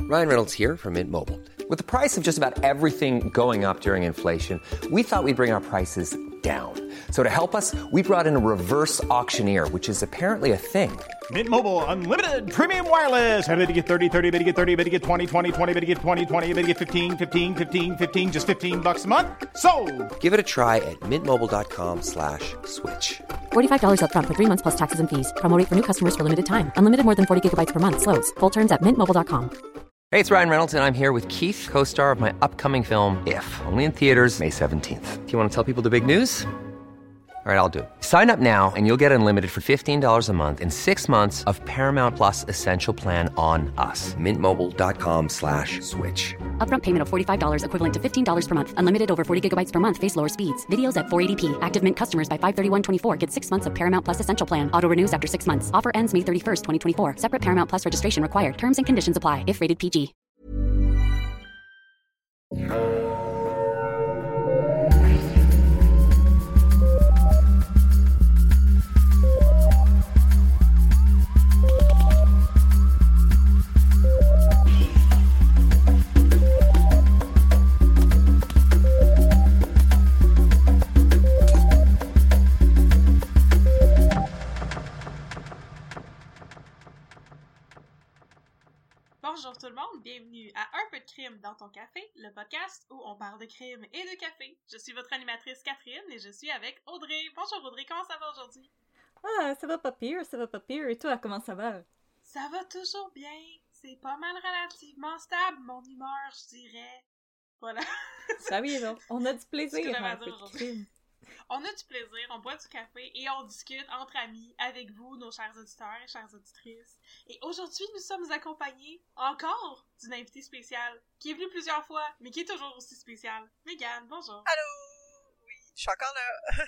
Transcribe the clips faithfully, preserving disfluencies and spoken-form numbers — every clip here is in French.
Ryan Reynolds here from Mint Mobile. With the price of just about everything going up during inflation, we thought we'd bring our prices down. So to help us, we brought in a reverse auctioneer, which is apparently a thing. Mint Mobile Unlimited Premium Wireless. How to get thirty, thirty, how to get thirty, how to get twenty, twenty, twenty, how to get twenty, twenty, how to get fifteen, fifteen, fifteen, fifteen, just fifteen bucks a month? Sold! Give it a try at mintmobile.com slash switch. forty-five dollars up front for three months plus taxes and fees. Promo rate for new customers for limited time. Unlimited more than forty gigabytes per month. Slows full terms at mint mobile dot com. Hey, it's Ryan Reynolds, and I'm here with Keith, co-star of my upcoming film, If, only in theaters May seventeenth. Do you want to tell people the big news? All right, I'll do it. Sign up now and you'll get unlimited for fifteen dollars a month and six months of Paramount Plus Essential Plan on us. Mintmobile.com slash switch. Upfront payment of forty-five dollars equivalent to fifteen dollars per month. Unlimited over forty gigabytes per month. Face lower speeds. Videos at four eighty p. Active Mint customers by five thirty-one twenty-four get six months of Paramount Plus Essential Plan. Auto renews after six months. Offer ends May thirty-first, twenty twenty-four. Separate Paramount Plus registration required. Terms and conditions apply if rated P G. Bonjour tout le monde, bienvenue à Un peu de crime dans ton café, le podcast où on parle de crime et de café. Je suis votre animatrice Catherine et je suis avec Audrey. Bonjour Audrey, comment ça va aujourd'hui? Ah, ça va pas pire, ça va pas pire. Et toi, comment ça va? Ça va toujours bien. C'est pas mal relativement stable, mon humeur, je dirais. Voilà. Ah oui, non, on a du plaisir C'est ce que à Un j'avais à peu dire de crime. On a du plaisir, on boit du café et on discute entre amis avec vous, nos chers auditeurs et chères auditrices. Et aujourd'hui, nous sommes accompagnés encore d'une invitée spéciale qui est venue plusieurs fois, mais qui est toujours aussi spéciale. Mégane, bonjour. Allô? Oui, je suis encore là.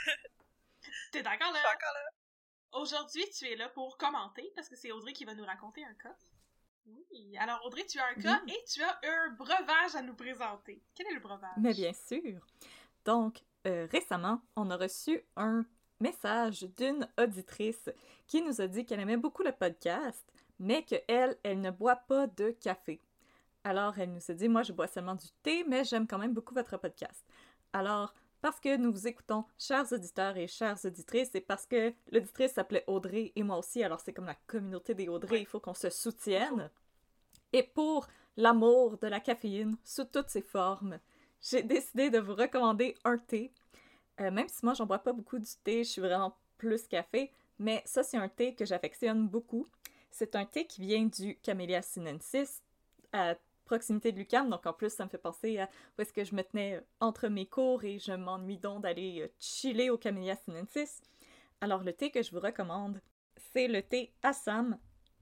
T'es encore là? Je suis encore là. Aujourd'hui, tu es là pour commenter parce que c'est Audrey qui va nous raconter un cas. Oui, alors Audrey, tu as un cas Oui. et tu as un breuvage à nous présenter. Quel est le breuvage? Mais bien sûr. Donc, euh, récemment, on a reçu un message d'une auditrice qui nous a dit qu'elle aimait beaucoup le podcast, mais qu'elle, elle ne boit pas de café. Alors, elle nous a dit, moi, je bois seulement du thé, mais j'aime quand même beaucoup votre podcast. Alors, parce que nous vous écoutons, chers auditeurs et chères auditrices, et parce que l'auditrice s'appelait Audrey et moi aussi, alors c'est comme la communauté des Audrey, Ouais. il faut qu'on se soutienne. Et pour l'amour de la caféine sous toutes ses formes, j'ai décidé de vous recommander un thé. Euh, même si moi, j'en bois pas beaucoup du thé, je suis vraiment plus café, mais ça, c'est un thé que j'affectionne beaucoup. C'est un thé qui vient du Camellia sinensis, à proximité de l'U Q A M, donc en plus, ça me fait penser à où est-ce que je me tenais entre mes cours et je m'ennuie donc d'aller euh, chiller au Camellia sinensis. Alors, le thé que je vous recommande, c'est le thé Assam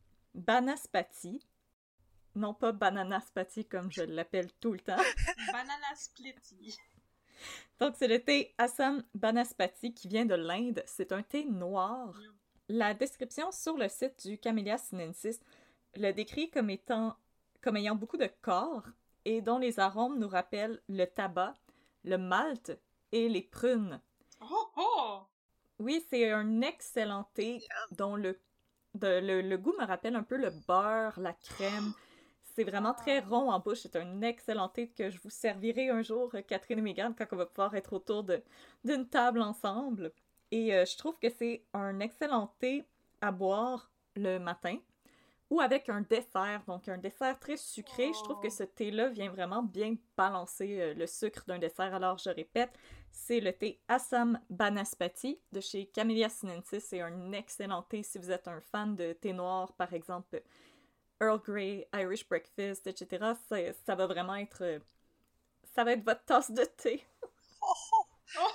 Banaspati. Non pas Bananaspati comme je l'appelle tout le temps. Banana splitty. Donc, c'est le thé Assam Banaspati qui vient de l'Inde. C'est un thé noir. La description sur le site du Camellia sinensis le décrit comme étant, comme ayant beaucoup de corps et dont les arômes nous rappellent le tabac, le malt et les prunes. Oh oh! Oui, c'est un excellent thé dont le, de- le, le goût me rappelle un peu le beurre, la crème. C'est vraiment très rond en bouche. C'est un excellent thé que je vous servirai un jour, euh, Catherine et Mégane, quand on va pouvoir être autour de, d'une table ensemble. Et euh, je trouve que c'est un excellent thé à boire le matin ou avec un dessert. Donc, un dessert très sucré. Je trouve que ce thé-là vient vraiment bien balancer euh, le sucre d'un dessert. Alors, je répète, c'est le thé Assam Banaspati de chez Camellia sinensis. C'est un excellent thé si vous êtes un fan de thé noir, par exemple Earl Grey, Irish Breakfast, et cetera. Ça, ça va vraiment être... euh, ça va être votre tasse de thé. Oh, oh.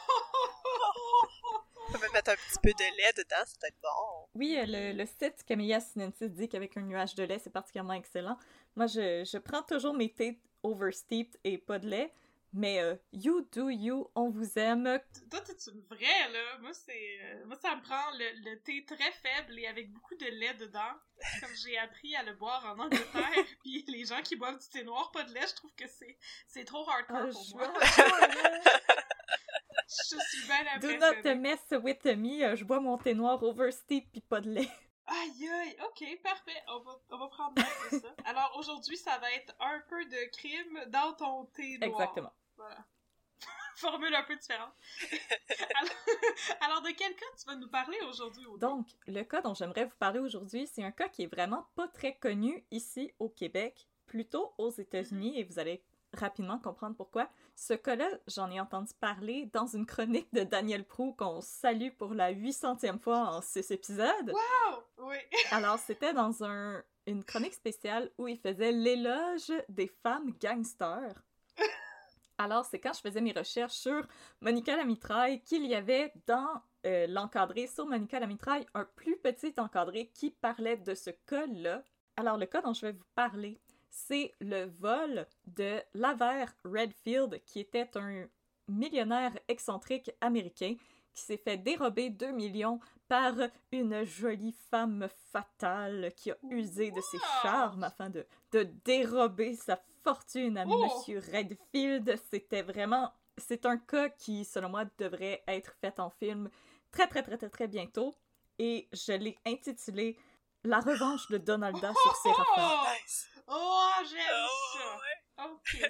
On peut même mettre un petit peu de lait dedans, c'est peut-être bon. Oui, euh, le, le site Camellia sinensis dit qu'avec un nuage de lait, c'est particulièrement excellent. Moi, je, je prends toujours mes thés oversteeped et pas de lait, mais euh, you do you, on vous aime. Toi, t'es une vraie, là. Moi, c'est... euh, moi, ça me prend le, le thé très faible et avec beaucoup de lait dedans. Comme j'ai appris à le boire en Angleterre. Puis les gens qui boivent du thé noir, pas de lait, je trouve que c'est, c'est trop hardcore Ah, pour je moi. vois. Je suis bien Do impressionnée. not mess with me. Euh, Je bois mon thé noir oversteeped pis pas de lait. Aïe aïe, ok, parfait, on va, on va prendre note de ça. Alors aujourd'hui, ça va être un peu de crime dans ton thé noir. Exactement. Voilà. Formule un peu différente. alors, alors, de quel cas tu vas nous parler aujourd'hui, Audrey? Donc, le cas dont j'aimerais vous parler aujourd'hui, c'est un cas qui est vraiment pas très connu ici au Québec, plutôt aux États-Unis, et vous allez rapidement comprendre pourquoi. Ce cas-là, j'en ai entendu parler dans une chronique de Daniel Proulx qu'on salue pour la huit centième fois en six épisodes. Wow! Oui. Alors, c'était dans un, une chronique spéciale où il faisait l'éloge des femmes gangsters. Alors, c'est quand je faisais mes recherches sur Monica Lamitraille qu'il y avait dans euh, l'encadré sur Monica Lamitraille un plus petit encadré qui parlait de ce cas-là. Alors, le cas dont je vais vous parler, c'est le vol de Laver Redfield, qui était un millionnaire excentrique américain qui s'est fait dérober deux millions par une jolie femme fatale qui a usé de ses charmes afin de, de dérober sa fortune à Oh! Monsieur Redfield. C'était vraiment... C'est un cas qui, selon moi, devrait être fait en film très, très, très, très, très bientôt. Et je l'ai intitulé « La revanche de Donalda sur Séraphin ». Nice. Oh, j'aime Oh, ça! ouais. Ok.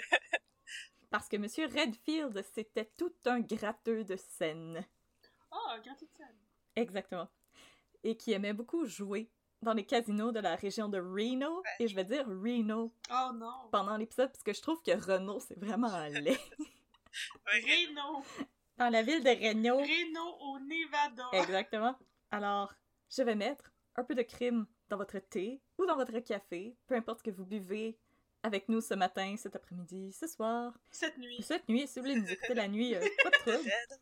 Parce que Monsieur Redfield, c'était tout un gratteux de scène. Oh, gratitude. Exactement. Et qui aimait beaucoup jouer dans les casinos de la région de Reno. Ouais. Et je vais dire Reno Oh non. pendant l'épisode parce que je trouve que Renault, c'est vraiment laid. Ouais. Reno. Dans la ville de Reno. Reno au Nevada. Exactement. Alors, je vais mettre un peu de crime dans votre thé ou dans votre café, peu importe ce que vous buvez avec nous ce matin, cet après-midi, ce soir, Cette nuit. cette nuit, si vous voulez nous écouter la nuit, euh, pas de trouble. Red.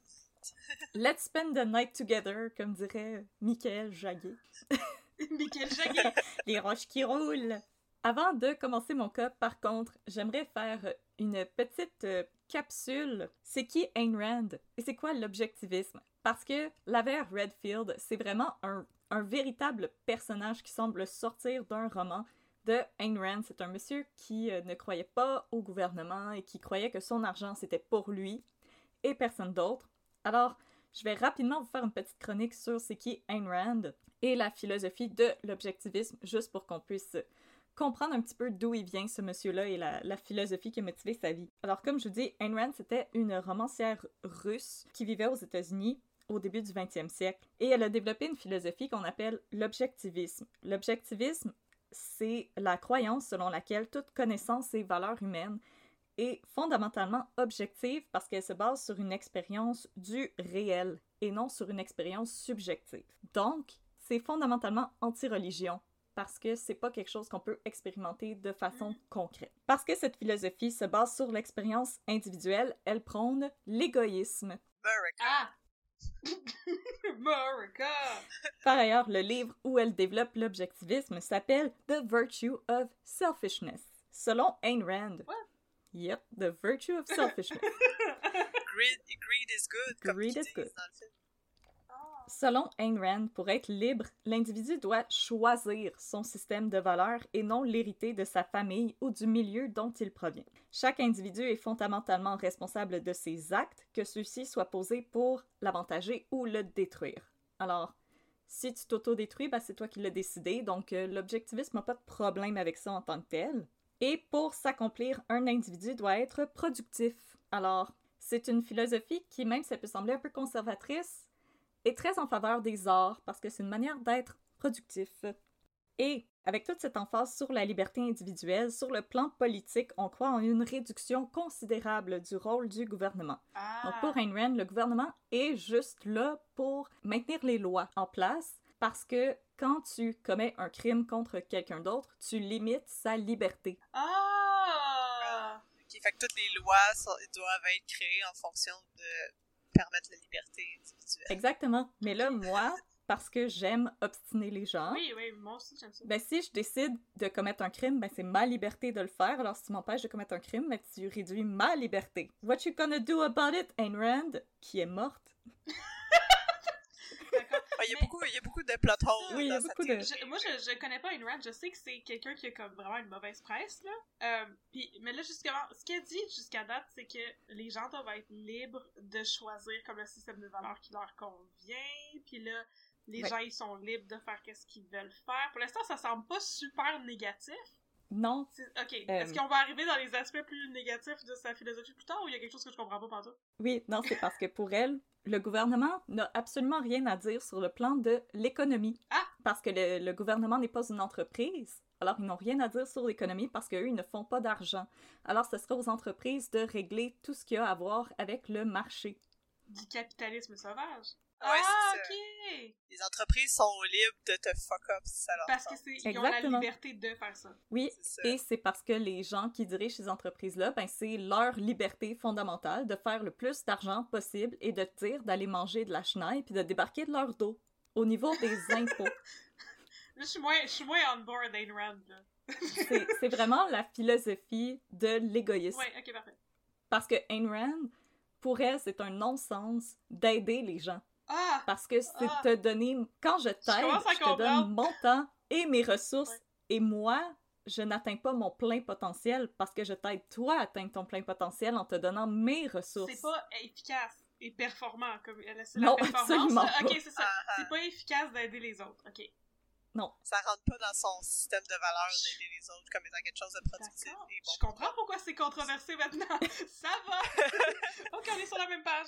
Let's spend the night together, comme dirait Michael Jaguet. Michael Jaguet. Les roches qui roulent. Avant de commencer mon cas, par contre, j'aimerais faire une petite euh, capsule. C'est qui Ayn Rand? Et c'est quoi l'objectivisme? Parce que Laver Redfield, c'est vraiment un, un véritable personnage qui semble sortir d'un roman de Ayn Rand. C'est un monsieur qui euh, ne croyait pas au gouvernement et qui croyait que son argent, c'était pour lui et personne d'autre. Alors, je vais rapidement vous faire une petite chronique sur c'est qui Ayn Rand et la philosophie de l'objectivisme, juste pour qu'on puisse comprendre un petit peu d'où il vient, ce monsieur-là, et la, la philosophie qui a motivé sa vie. Alors, comme je vous dis, Ayn Rand, c'était une romancière russe qui vivait aux États-Unis au début du vingtième siècle, et elle a développé une philosophie qu'on appelle l'objectivisme. L'objectivisme, c'est la croyance selon laquelle toute connaissance et valeur humaine est fondamentalement objective parce qu'elle se base sur une expérience du réel et non sur une expérience subjective. Donc, c'est fondamentalement anti-religion parce que c'est pas quelque chose qu'on peut expérimenter de façon concrète. Parce que cette philosophie se base sur l'expérience individuelle, elle prône l'égoïsme. America. Ah! America! Par ailleurs, le livre où elle développe l'objectivisme s'appelle The Virtue of Selfishness. Selon Ayn Rand. What? Yep, The Virtue of Selfishness. Greed, greed is good. Comme Greed ils is disent good. dans le film. Selon Ayn Rand, pour être libre, l'individu doit choisir son système de valeurs et non l'hériter de sa famille ou du milieu dont il provient. Chaque individu est fondamentalement responsable de ses actes, que ceux-ci soient posés pour l'avantager ou le détruire. Alors, si tu t'auto-détruis, ben c'est toi qui l'as décidé, donc euh, l'objectivisme n'a pas de problème avec ça en tant que tel. Et pour s'accomplir, un individu doit être productif. Alors, c'est une philosophie qui, même si elle peut sembler un peu conservatrice, est très en faveur des arts parce que c'est une manière d'être productif. Et avec toute cette emphase sur la liberté individuelle, sur le plan politique, on croit en une réduction considérable du rôle du gouvernement. Ah! Donc pour Ayn Rand, le gouvernement est juste là pour maintenir les lois en place parce que quand tu commets un crime contre quelqu'un d'autre, tu limites sa liberté. Ah! Ok, fait que toutes les lois sont- doivent être créées en fonction de permettre la liberté individuelle. Exactement. Mais là, moi, parce que j'aime obstiner les gens, Oui, oui, moi aussi j'aime ça. ben si je décide de commettre un crime, ben c'est ma liberté de le faire. Alors si tu m'empêches de commettre un crime, ben tu réduis ma liberté. What you gonna do about it, Ayn Rand, qui est morte? D'accord. Ah, il y a Mais- beaucoup, il y a beaucoup de plot holes Oui, il y a dans sa beaucoup de- théorie. Je- moi, je, je connais pas Ayn Rand, je sais que c'est quelqu'un qui a comme vraiment une mauvaise presse, là. Euh, pis, mais là, justement, ce qu'elle dit jusqu'à date, c'est que les gens doivent être libres de choisir comme le système de valeurs qui leur convient, puis là, les Ouais. gens, ils sont libres de faire ce qu'ils veulent faire. Pour l'instant, ça semble pas super négatif. Non. C'est- Ok, est-ce qu'on va arriver dans les aspects plus négatifs de sa philosophie plus tard, ou il y a quelque chose que je comprends pas partout? Oui, non, c'est parce que pour elle, le gouvernement n'a absolument rien à dire sur le plan de l'économie. Ah! Parce que le, le gouvernement n'est pas une entreprise. Alors, ils n'ont rien à dire sur l'économie parce qu'eux, ils ne font pas d'argent. Alors, ce sera aux entreprises de régler tout ce qu'il y a à voir avec le marché. Du capitalisme sauvage. Ouais, ah, c'est ça. ok! Les entreprises sont libres de te fuck up si ça leur Parce que tente. c'est, ils ont la Exactement. liberté de faire ça. Oui, C'est ça. et c'est parce que les gens qui dirigent ces entreprises-là, ben, c'est leur liberté fondamentale de faire le plus d'argent possible et de te dire d'aller manger de la chenaille puis de débarquer de leur dos. Au niveau des impôts. Là, je suis moins, je suis moins on board Ayn Rand, là. C'est c'est vraiment la philosophie de l'égoïsme. Ouais, ok, parfait. Parce que Ayn Rand, pour elle, c'est un non-sens d'aider les gens. Ah! Parce que c'est Ah. te donner... Quand je t'aide, commence à je te comprendre. donne mon temps et mes ressources. Ouais. Et moi, je n'atteins pas mon plein potentiel parce que je t'aide toi à atteindre ton plein potentiel en te donnant mes ressources. C'est pas efficace et performant, comme elle c'est Non, la performance. absolument là. Ok, pas. c'est ça. Ah. C'est pas efficace d'aider les autres. Ok. Non. Ça rentre pas dans son système de valeurs d'aider les autres comme étant quelque chose de productif D'accord. et bon. Je comprends pourquoi c'est controversé maintenant. Ça va! Ok, on est sur la même page.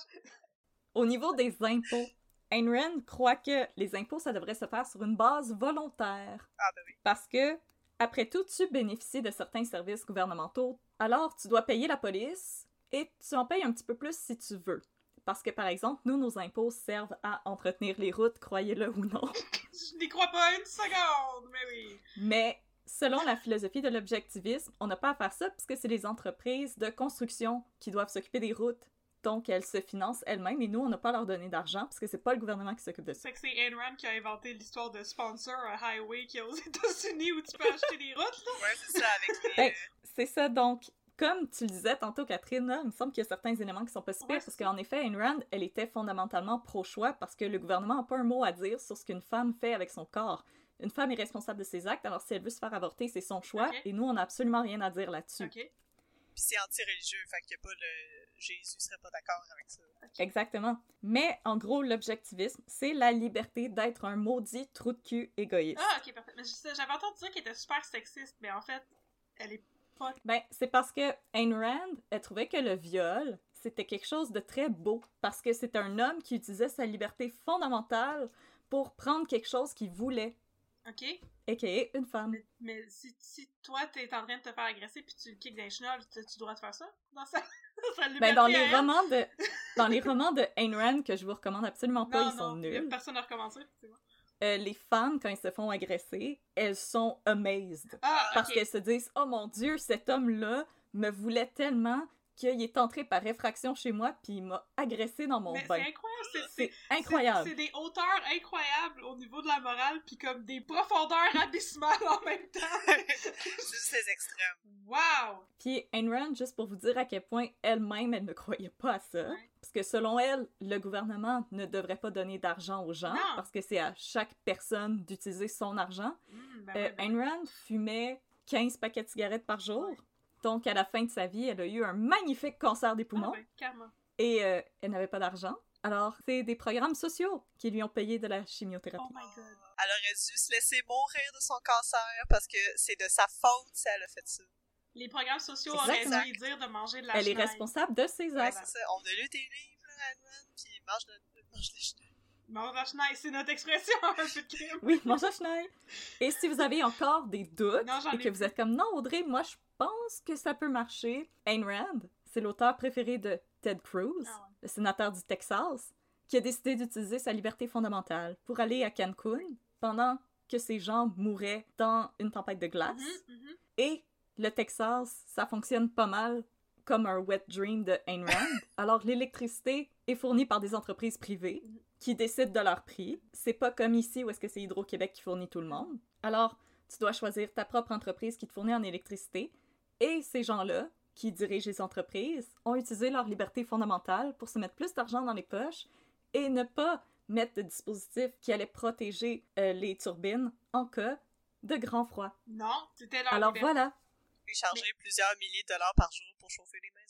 Au niveau des impôts, Ayn Rand croit que les impôts, ça devrait se faire sur une base volontaire. Ah ben oui. Parce que, après tout, tu bénéficies de certains services gouvernementaux, alors tu dois payer la police et tu en payes un petit peu plus si tu veux. Parce que, par exemple, nous, nos impôts servent à entretenir les routes, croyez-le ou non. Je n'y crois pas une seconde, mais oui. Mais, selon la philosophie de l'objectivisme, on n'a pas à faire ça puisque c'est les entreprises de construction qui doivent s'occuper des routes. Donc, elles se financent elles-mêmes et nous, on n'a pas à leur donner d'argent parce que c'est pas le gouvernement qui s'occupe de ça. C'est que c'est Ayn Rand qui a inventé l'histoire de Sponsor, un highway qui est aux États-Unis où tu peux acheter des routes, là. Ouais, c'est ça avec les. Ben, c'est ça, donc, comme tu le disais tantôt, Catherine, là, il me semble qu'il y a certains éléments qui sont pas si pires, Ouais, parce c'est qu'en effet, Ayn Rand, elle était fondamentalement pro-choix, parce que le gouvernement n'a pas un mot à dire sur ce qu'une femme fait avec son corps. Une femme est responsable de ses actes, alors si elle veut se faire avorter, c'est son choix, Ok. et nous, on n'a absolument rien à dire là-dessus. Ok. Puis c'est anti-religieux, fait qu'il y a pas le. Jésus serait pas d'accord avec ça. Exactement. Mais, en gros, l'objectivisme, c'est la liberté d'être un maudit trou de cul égoïste. Ah, ok, parfait. Mais je- j'avais entendu dire qu'elle était super sexiste, mais en fait, elle est pas. Ben, c'est parce que Ayn Rand, elle trouvait que le viol, c'était quelque chose de très beau. Parce que c'est un homme qui utilisait sa liberté fondamentale pour prendre quelque chose qu'il voulait, Ok? aka une femme. Mais, mais si, si toi, t'es en train de te faire agresser puis tu le kicks dans les chenolles, tu tu dois te faire ça? Dans sa, dans sa liberté Ben, dans à les elle? romans de dans les romans de Ayn Rand, que je vous recommande absolument pas, Non, ils sont non, y a nuls. personne n'a recommencé, effectivement. Euh, les femmes, quand elles se font agresser, elles sont amazed. Ah, Parce ok. qu'elles se disent « Oh mon Dieu, cet homme-là me voulait tellement qu'il est entré par effraction chez moi puis il m'a agressé dans mon Mais c'est bain. incroyable, c'est... » C'est c'est- incroyable. C'est des hauteurs incroyables au niveau de la morale, puis comme des profondeurs abysmales en même temps. C'est juste les extrêmes. Wow! Puis Ayn Rand, juste pour vous dire à quel point elle-même, elle ne croyait pas à ça, Ouais. parce que selon elle, le gouvernement ne devrait pas donner d'argent aux gens, Non. parce que c'est à chaque personne d'utiliser son argent. Mm, ben Euh, ouais, ben Ayn Rand fumait quinze paquets de cigarettes par jour, Ouais. donc à la fin de sa vie, elle a eu un magnifique cancer des Ah, poumons, ben, carrément. et euh, elle n'avait pas d'argent. Alors, c'est des programmes sociaux qui lui ont payé de la chimiothérapie. Oh my god. Elle aurait dû se laisser mourir de son cancer parce que c'est de sa faute si elle a fait ça. Les programmes sociaux Exactement. auraient dû lui dire de manger de la Elle est chenaille. responsable de ses Ouais, actes. c'est ça. On a lu tes livres, là, Anne, puis mange, de, mange de chenilles. Mange de la chenaille, c'est notre expression, un peu de crime. Oui, mange la chenaille. Et si vous avez encore des doutes Non, j'en et ai que vous plus. êtes comme non, Audrey, moi je pense que ça peut marcher. Ayn Rand, c'est l'auteur préféré de Ted Cruz, Ah ouais. le sénateur du Texas, qui a décidé d'utiliser sa liberté fondamentale pour aller à Cancun pendant que ces gens mouraient dans une tempête de glace. Mhm, mhm. Et le Texas, ça fonctionne pas mal comme un wet dream de Ayn Rand. Alors, l'électricité est fournie par des entreprises privées qui décident de leur prix. C'est pas comme ici où est-ce que c'est Hydro-Québec qui fournit tout le monde. Alors, tu dois choisir ta propre entreprise qui te fournit en électricité. Et ces gens-là, qui dirigent les entreprises, ont utilisé leur liberté fondamentale pour se mettre plus d'argent dans les poches et ne pas mettre de dispositifs qui allaient protéger euh, les turbines en cas de grand froid. Non, c'était leur Alors liberté. voilà. Et charger plusieurs milliers de dollars par jour pour chauffer les maisons.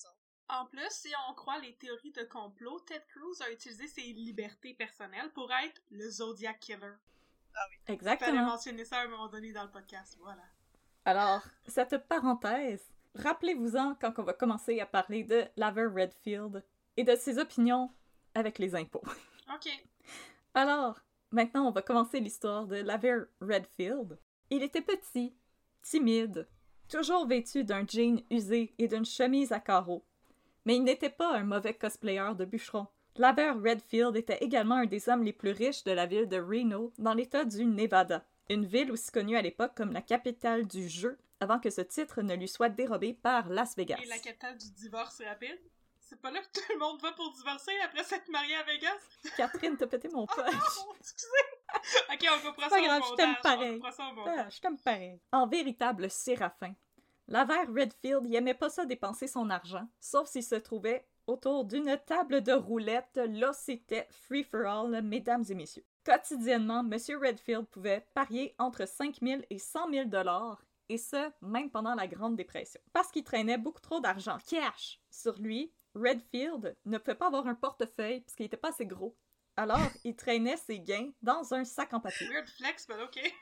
En plus, si on croit les théories de complot, Ted Cruz a utilisé ses libertés personnelles pour être le Zodiac Killer. Ah oui. Il fallait Exactement. mentionner ça à un moment donné dans le podcast, voilà. Alors, cette parenthèse, rappelez-vous-en quand on va commencer à parler de Laver Redfield et de ses opinions avec les impôts. Ok. Alors, maintenant, on va commencer l'histoire de Laver Redfield. Il était petit, timide, toujours vêtu d'un jean usé et d'une chemise à carreaux. Mais il n'était pas un mauvais cosplayer de bûcheron. Laver Redfield était également un des hommes les plus riches de la ville de Reno, dans l'état du Nevada, une ville aussi connue à l'époque comme la capitale du jeu, avant que ce titre ne lui soit dérobé par Las Vegas. Et la capitale du divorce rapide? C'est pas là que tout le monde va pour divorcer après s'être marié à Vegas? Catherine, t'as pété mon punch! Oh, excusez! Ok, on comprend ça Pas au grave, je t'aime montage. pareil. On comprend ça au montage. Ah, je t'aime pareil. En véritable séraphin, Laver Redfield, il aimait pas ça dépenser son argent, sauf s'il se trouvait autour d'une table de roulette. Là, c'était free for all, mesdames et messieurs. Quotidiennement, M. Redfield pouvait parier entre cinq mille et cent mille dollars, et ce, même pendant la Grande Dépression. Parce qu'il traînait beaucoup trop d'argent cash sur lui, Redfield ne pouvait pas avoir un portefeuille parce qu'il était pas assez gros. Alors, il traînait ses gains dans un sac en papier. Weird flex, mais ok.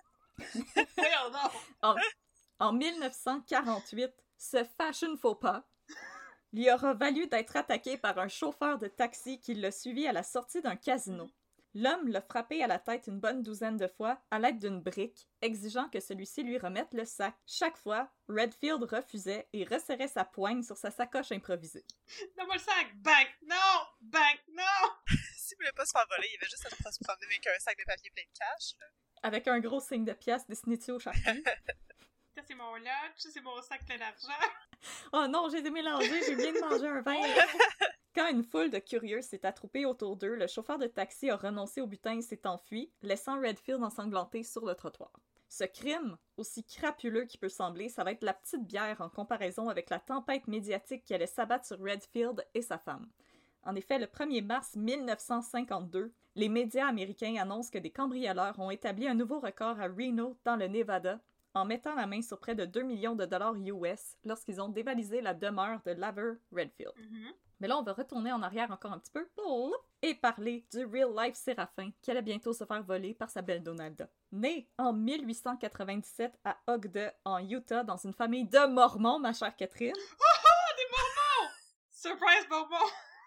Voyons donc. En, en mille neuf cent quarante-huit, ce fashion faux pas lui aura valu d'être attaqué par un chauffeur de taxi qui l'a suivi à la sortie d'un casino. L'homme l'a frappé à la tête une bonne douzaine de fois à l'aide d'une brique, exigeant que celui-ci lui remette le sac. Chaque fois, Redfield refusait et resserrait sa poigne sur sa sacoche improvisée. Donne-moi le sac! Bank! Non! Bank! Non! S'il voulait pas se faire voler, il avait juste à se promener avec un sac de papier plein de cash. là. Avec un gros signe de pièce dessiné dessus au charpie. Ça, c'est mon lunch, ça, c'est mon sac plein d'argent. Oh non, j'ai mélangé, j'ai bien de manger un vin. Quand une foule de curieux s'est attroupée autour d'eux, le chauffeur de taxi a renoncé au butin et s'est enfui, laissant Redfield ensanglanté sur le trottoir. Ce crime, aussi crapuleux qu'il peut sembler, ça va être la petite bière en comparaison avec la tempête médiatique qui allait s'abattre sur Redfield et sa femme. En effet, le premier mars mille neuf cent cinquante-deux, les médias américains annoncent que des cambrioleurs ont établi un nouveau record à Reno, dans le Nevada, en mettant la main sur près de deux millions de dollars U S lorsqu'ils ont dévalisé la demeure de Laver Redfield. Mm-hmm. Mais là, on va retourner en arrière encore un petit peu et parler du real-life Séraphin qui allait bientôt se faire voler par sa belle Donalda. Né en mille huit cent quatre-vingt-dix-sept à Ogden, en Utah, dans une famille de Mormons, ma chère Catherine. Oh oh! Des Mormons! Surprise Mormons!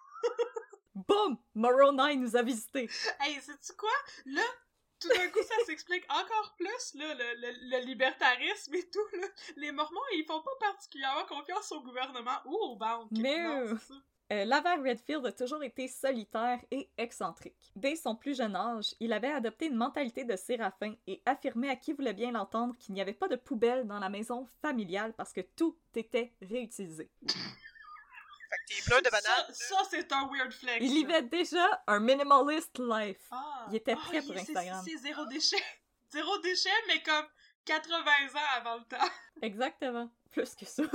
Boum! Moroni nous a visités. Hey, sais-tu quoi? Là, tout d'un coup, ça s'explique encore plus, là, le, le, le libertarisme et tout, là. Les Mormons, ils font pas particulièrement confiance au gouvernement ou aux banques. Mais non, euh, c'est ça. euh, Laver Redfield a toujours été solitaire et excentrique. Dès son plus jeune âge, il avait adopté une mentalité de séraphin et affirmait à qui voulait bien l'entendre qu'il n'y avait pas de poubelle dans la maison familiale parce que tout était réutilisé. Fait que tes pleurs de banane. Ça, ça, c'est un weird flex. Il là. vivait déjà un minimalist life. Ah. Il était Ah, prêt il- pour c'est- Instagram. C'est zéro déchet. Zéro déchet, mais comme quatre-vingts ans avant le temps. Exactement. Plus que ça.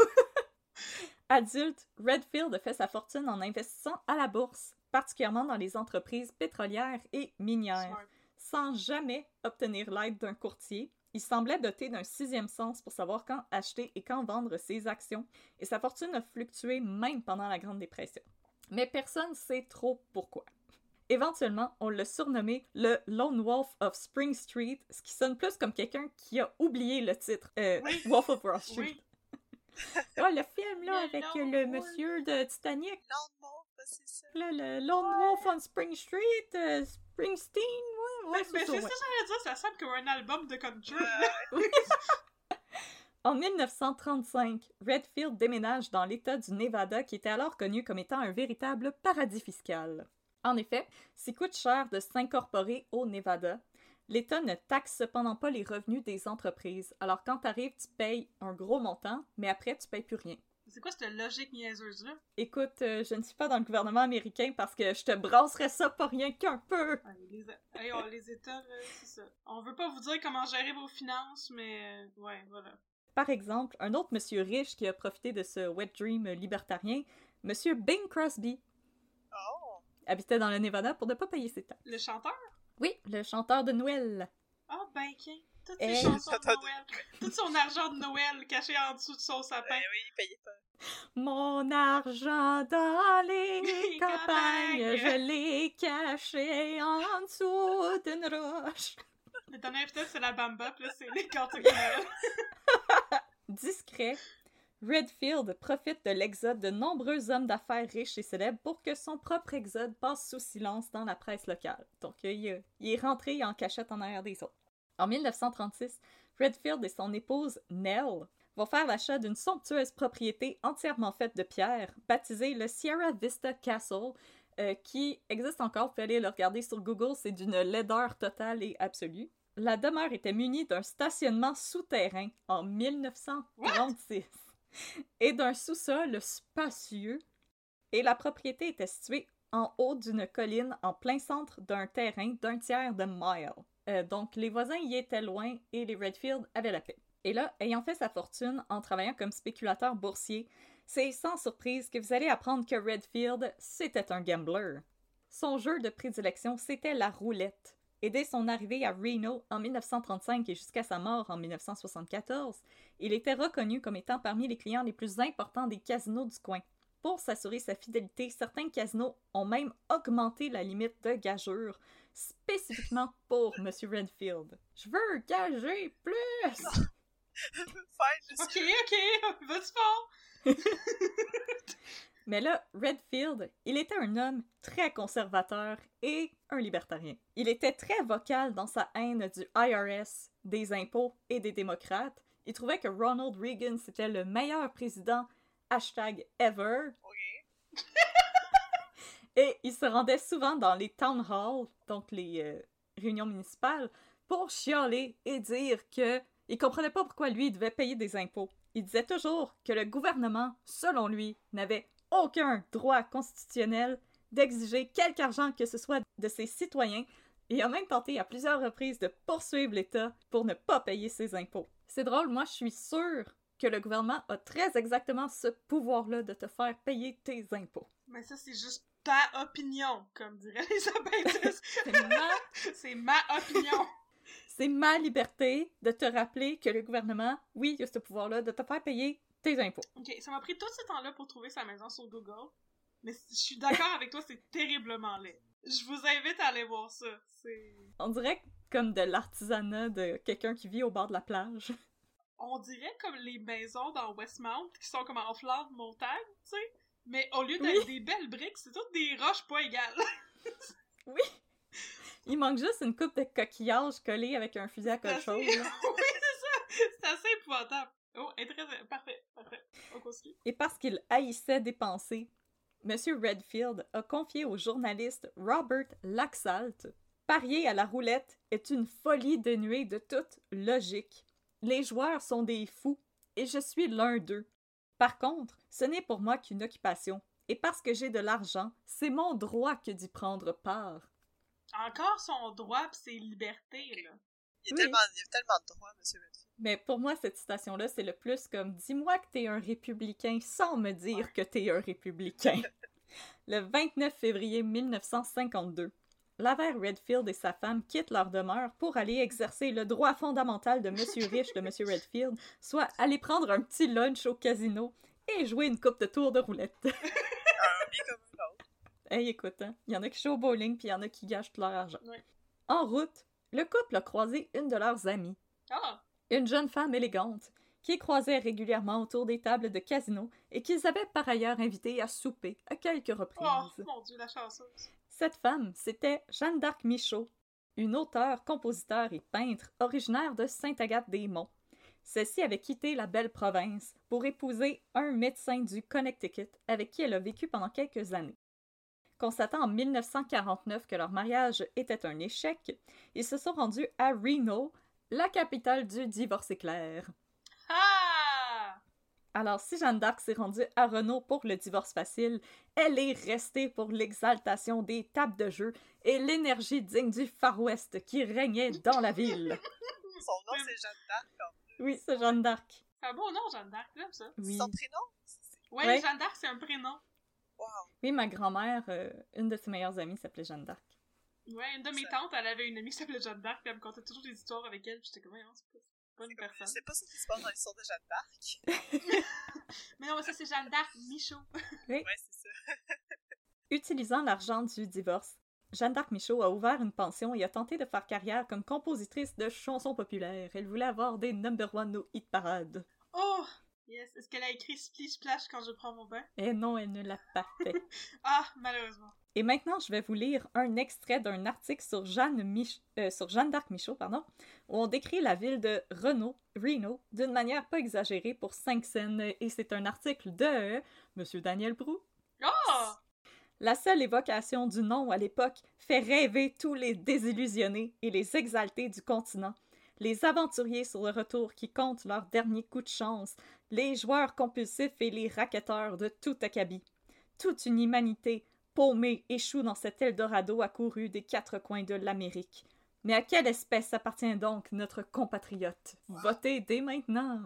Adulte, Redfield a fait sa fortune en investissant à la bourse, particulièrement dans les entreprises pétrolières et minières. Smart. Sans jamais obtenir l'aide d'un courtier, il semblait doté d'un sixième sens pour savoir quand acheter et quand vendre ses actions, et sa fortune a fluctué même pendant la Grande Dépression. Mais personne ne sait trop pourquoi. Éventuellement, on l'a surnommé le Lone Wolf of Spring Street, ce qui sonne plus comme quelqu'un qui a oublié le titre euh, Oui. Wolf of Wall Street. Oui. Ah, le film, là, Le avec Lone le Wolf. monsieur de Titanic. Lande mort, c'est ça. Là, le Lone Wolf on Spring Street, euh, Springsteen, ouais, ouais, Mais c'est c'est ça, ça, ouais. j'allais dire, ça sonne comme un album de country. En mille neuf cent trente-cinq, Redfield déménage dans l'État du Nevada qui était alors connu comme étant un véritable paradis fiscal. En effet, s'il coûte cher de s'incorporer au Nevada, l'État ne taxe cependant pas les revenus des entreprises. Alors quand t'arrives, tu payes un gros montant, mais après tu payes plus rien. C'est quoi cette logique niaiseuse-là? Écoute, euh, je ne suis pas dans le gouvernement américain parce que je te brasserais ça pas rien qu'un peu! Ouais, les, hey, on- les États, là, c'est ça. On veut pas vous dire comment gérer vos finances, mais euh, ouais, voilà. Par exemple, un autre monsieur riche qui a profité de ce wet dream libertarien, monsieur Bing Crosby, Oh! habitait dans le Nevada pour ne pas payer ses taxes. Le chanteur? Oui, le chanteur de Noël. Ah, ben, tiens. Toutes ses Hey. chansons de Noël. Tout son argent de Noël caché en dessous de son sapin. Ben oui, il payait pas. Mon argent dans les Les campagnes, campagnes. je l'ai caché en dessous d'une roche. Le dernier épisode, c'est la Bamba, puis là, c'est les cantiques de Noël. Discret, Redfield profite de l'exode de nombreux hommes d'affaires riches et célèbres pour que son propre exode passe sous silence dans la presse locale. Donc, euh, il, euh, il est rentré en cachette en arrière des autres. En mille neuf cent trente-six, Redfield et son épouse Nell vont faire l'achat d'une somptueuse propriété entièrement faite de pierre, baptisée le Sierra Vista Castle, euh, qui existe encore. Vous pouvez aller le regarder sur Google, c'est d'une laideur totale et absolue. La demeure était munie d'un stationnement souterrain en mille neuf cent trente-six et d'un sous-sol spacieux, et la propriété était située en haut d'une colline en plein centre d'un terrain d'un tiers de mile. Euh, donc les voisins y étaient loin et les Redfield avaient la paix. Et là, ayant fait sa fortune en travaillant comme spéculateur boursier, c'est sans surprise que vous allez apprendre que Redfield, c'était un gambler. Son jeu de prédilection, c'était la roulette. Et dès son arrivée à Reno en mille neuf cent trente-cinq et jusqu'à sa mort en mille neuf cent soixante-quatorze, il était reconnu comme étant parmi les clients les plus importants des casinos du coin. Pour s'assurer sa fidélité, certains casinos ont même augmenté la limite de gageure, spécifiquement pour M. Redfield. Je veux gager plus! Fine, je Ok, suis... ok, vas-y fort! Mais là, Redfield, il était un homme très conservateur et un libertarien. Il était très vocal dans sa haine du I R S, des impôts et des démocrates. Il trouvait que Ronald Reagan, c'était le meilleur président, hashtag ever. Ok. Et il se rendait souvent dans les town halls, donc les euh, réunions municipales, pour chialer et dire que il comprenait pas pourquoi lui il devait payer des impôts. Il disait toujours que le gouvernement, selon lui, n'avait aucun droit constitutionnel d'exiger quelque argent que ce soit de ses citoyens, et il a même tenté à plusieurs reprises de poursuivre l'État pour ne pas payer ses impôts. C'est drôle, moi je suis sûre que le gouvernement a très exactement ce pouvoir-là de te faire payer tes impôts. Mais ça, c'est juste ta opinion, comme dirait Elisabeth. C'est ma... C'est ma opinion. C'est ma liberté de te rappeler que le gouvernement, oui, il a ce pouvoir-là de te faire payer tes impôts. Ok, ça m'a pris tout ce temps-là pour trouver sa maison sur Google, mais je suis d'accord avec toi, c'est terriblement laid. Je vous invite à aller voir ça. C'est... On dirait comme de l'artisanat de quelqu'un qui vit au bord de la plage. On dirait comme les maisons dans Westmount qui sont comme en flanc de montagne, tu sais, mais au lieu d'être Oui. des belles briques, c'est toutes des roches pas égales. Oui! Il manque juste une coupe de coquillages collés avec un fusil à C'est assez- quelque chose. là. Oui, c'est ça! C'est assez épouvantable. Oh, intéressant. Parfait, parfait. On continue. Et parce qu'il haïssait dépenser, M. Redfield a confié au journaliste Robert Laxalt: « Parier à la roulette est une folie dénuée de toute logique. Les joueurs sont des fous, et je suis l'un d'eux. Par contre, ce n'est pour moi qu'une occupation, et parce que j'ai de l'argent, c'est mon droit que d'y prendre part. » Encore son droit pis ses libertés, là. Il y a, Oui. tellement, il y a tellement de droits, monsieur Redfield. Mais pour moi, cette citation-là, c'est le plus comme « Dis-moi que t'es un républicain sans me dire que t'es un républicain. » Le vingt-neuf février mille neuf cent cinquante-deux, Laver Redfield et sa femme quittent leur demeure pour aller exercer le droit fondamental de Monsieur Rich de Monsieur Redfield, soit aller prendre un petit lunch au casino et jouer une coupe de tours de roulette. Un hobby comme un autre. Hey, écoute, hein, il y en a qui jouent au bowling puis il y en a qui gâchent tout leur argent. Ouais. En route, le couple a croisé une de leurs amies, Ah! une jeune femme élégante, qui croisait régulièrement autour des tables de casino et qu'ils avaient par ailleurs invitée à souper à quelques reprises. Oh, mon Dieu, la chanceuse. Cette femme, c'était Jeanne d'Arc Michaud, une auteure, compositeur et peintre originaire de Sainte-Agathe-des-Monts. Celle-ci avait quitté la belle province pour épouser un médecin du Connecticut avec qui elle a vécu pendant quelques années. Constatant en mille neuf cent quarante-neuf que leur mariage était un échec, ils se sont rendus à Reno, la capitale du divorce éclair. Ah! Alors, si Jeanne d'Arc s'est rendue à Reno pour le divorce facile, elle est restée pour l'exaltation des tables de jeu et l'énergie digne du Far West qui régnait dans la ville. Son nom, c'est Jeanne d'Arc. en plus. Oui, c'est Jeanne d'Arc. C'est un beau nom, Jeanne d'Arc, j'aime ça. Oui. Son prénom? C'est- Ouais, Ouais. Jeanne d'Arc, c'est un prénom. Wow. Oui, ma grand-mère, euh, une de ses meilleures amies s'appelait Jeanne d'Arc. Ouais, une de mes Ça... tantes, elle avait une amie qui s'appelait Jeanne d'Arc, puis elle me contait toujours des histoires avec elle, puis j'étais comme, non, c'est pas, pas une personne. C'est pas ça qui se passe dans l'histoire de Jeanne d'Arc. Mais non, mais ça, c'est Jeanne d'Arc Michaud. Oui. Ouais, c'est ça. Utilisant l'argent du divorce, Jeanne d'Arc Michaud a ouvert une pension et a tenté de faire carrière comme compositrice de chansons populaires. Elle voulait avoir des number one au hit parade. Oh! Yes. Est-ce qu'elle a écrit Splish Splash quand je prends mon bain? Et non, elle ne l'a pas fait. Ah, malheureusement. Et maintenant, je vais vous lire un extrait d'un article sur Jeanne, Mich- euh, sur Jeanne d'Arc Michaud, pardon, où on décrit la ville de Reno, Reno, d'une manière pas exagérée pour cinq scènes, et c'est un article de Monsieur Daniel Prou. Oh! La seule évocation du nom à l'époque fait rêver tous les désillusionnés et les exaltés du continent. Les aventuriers sur le retour qui comptent leur dernier coup de chance, les joueurs compulsifs et les racketteurs de tout acabit. Toute une humanité paumée échoue dans cet Eldorado accouru des quatre coins de l'Amérique. Mais à quelle espèce appartient donc notre compatriote? Votez dès maintenant!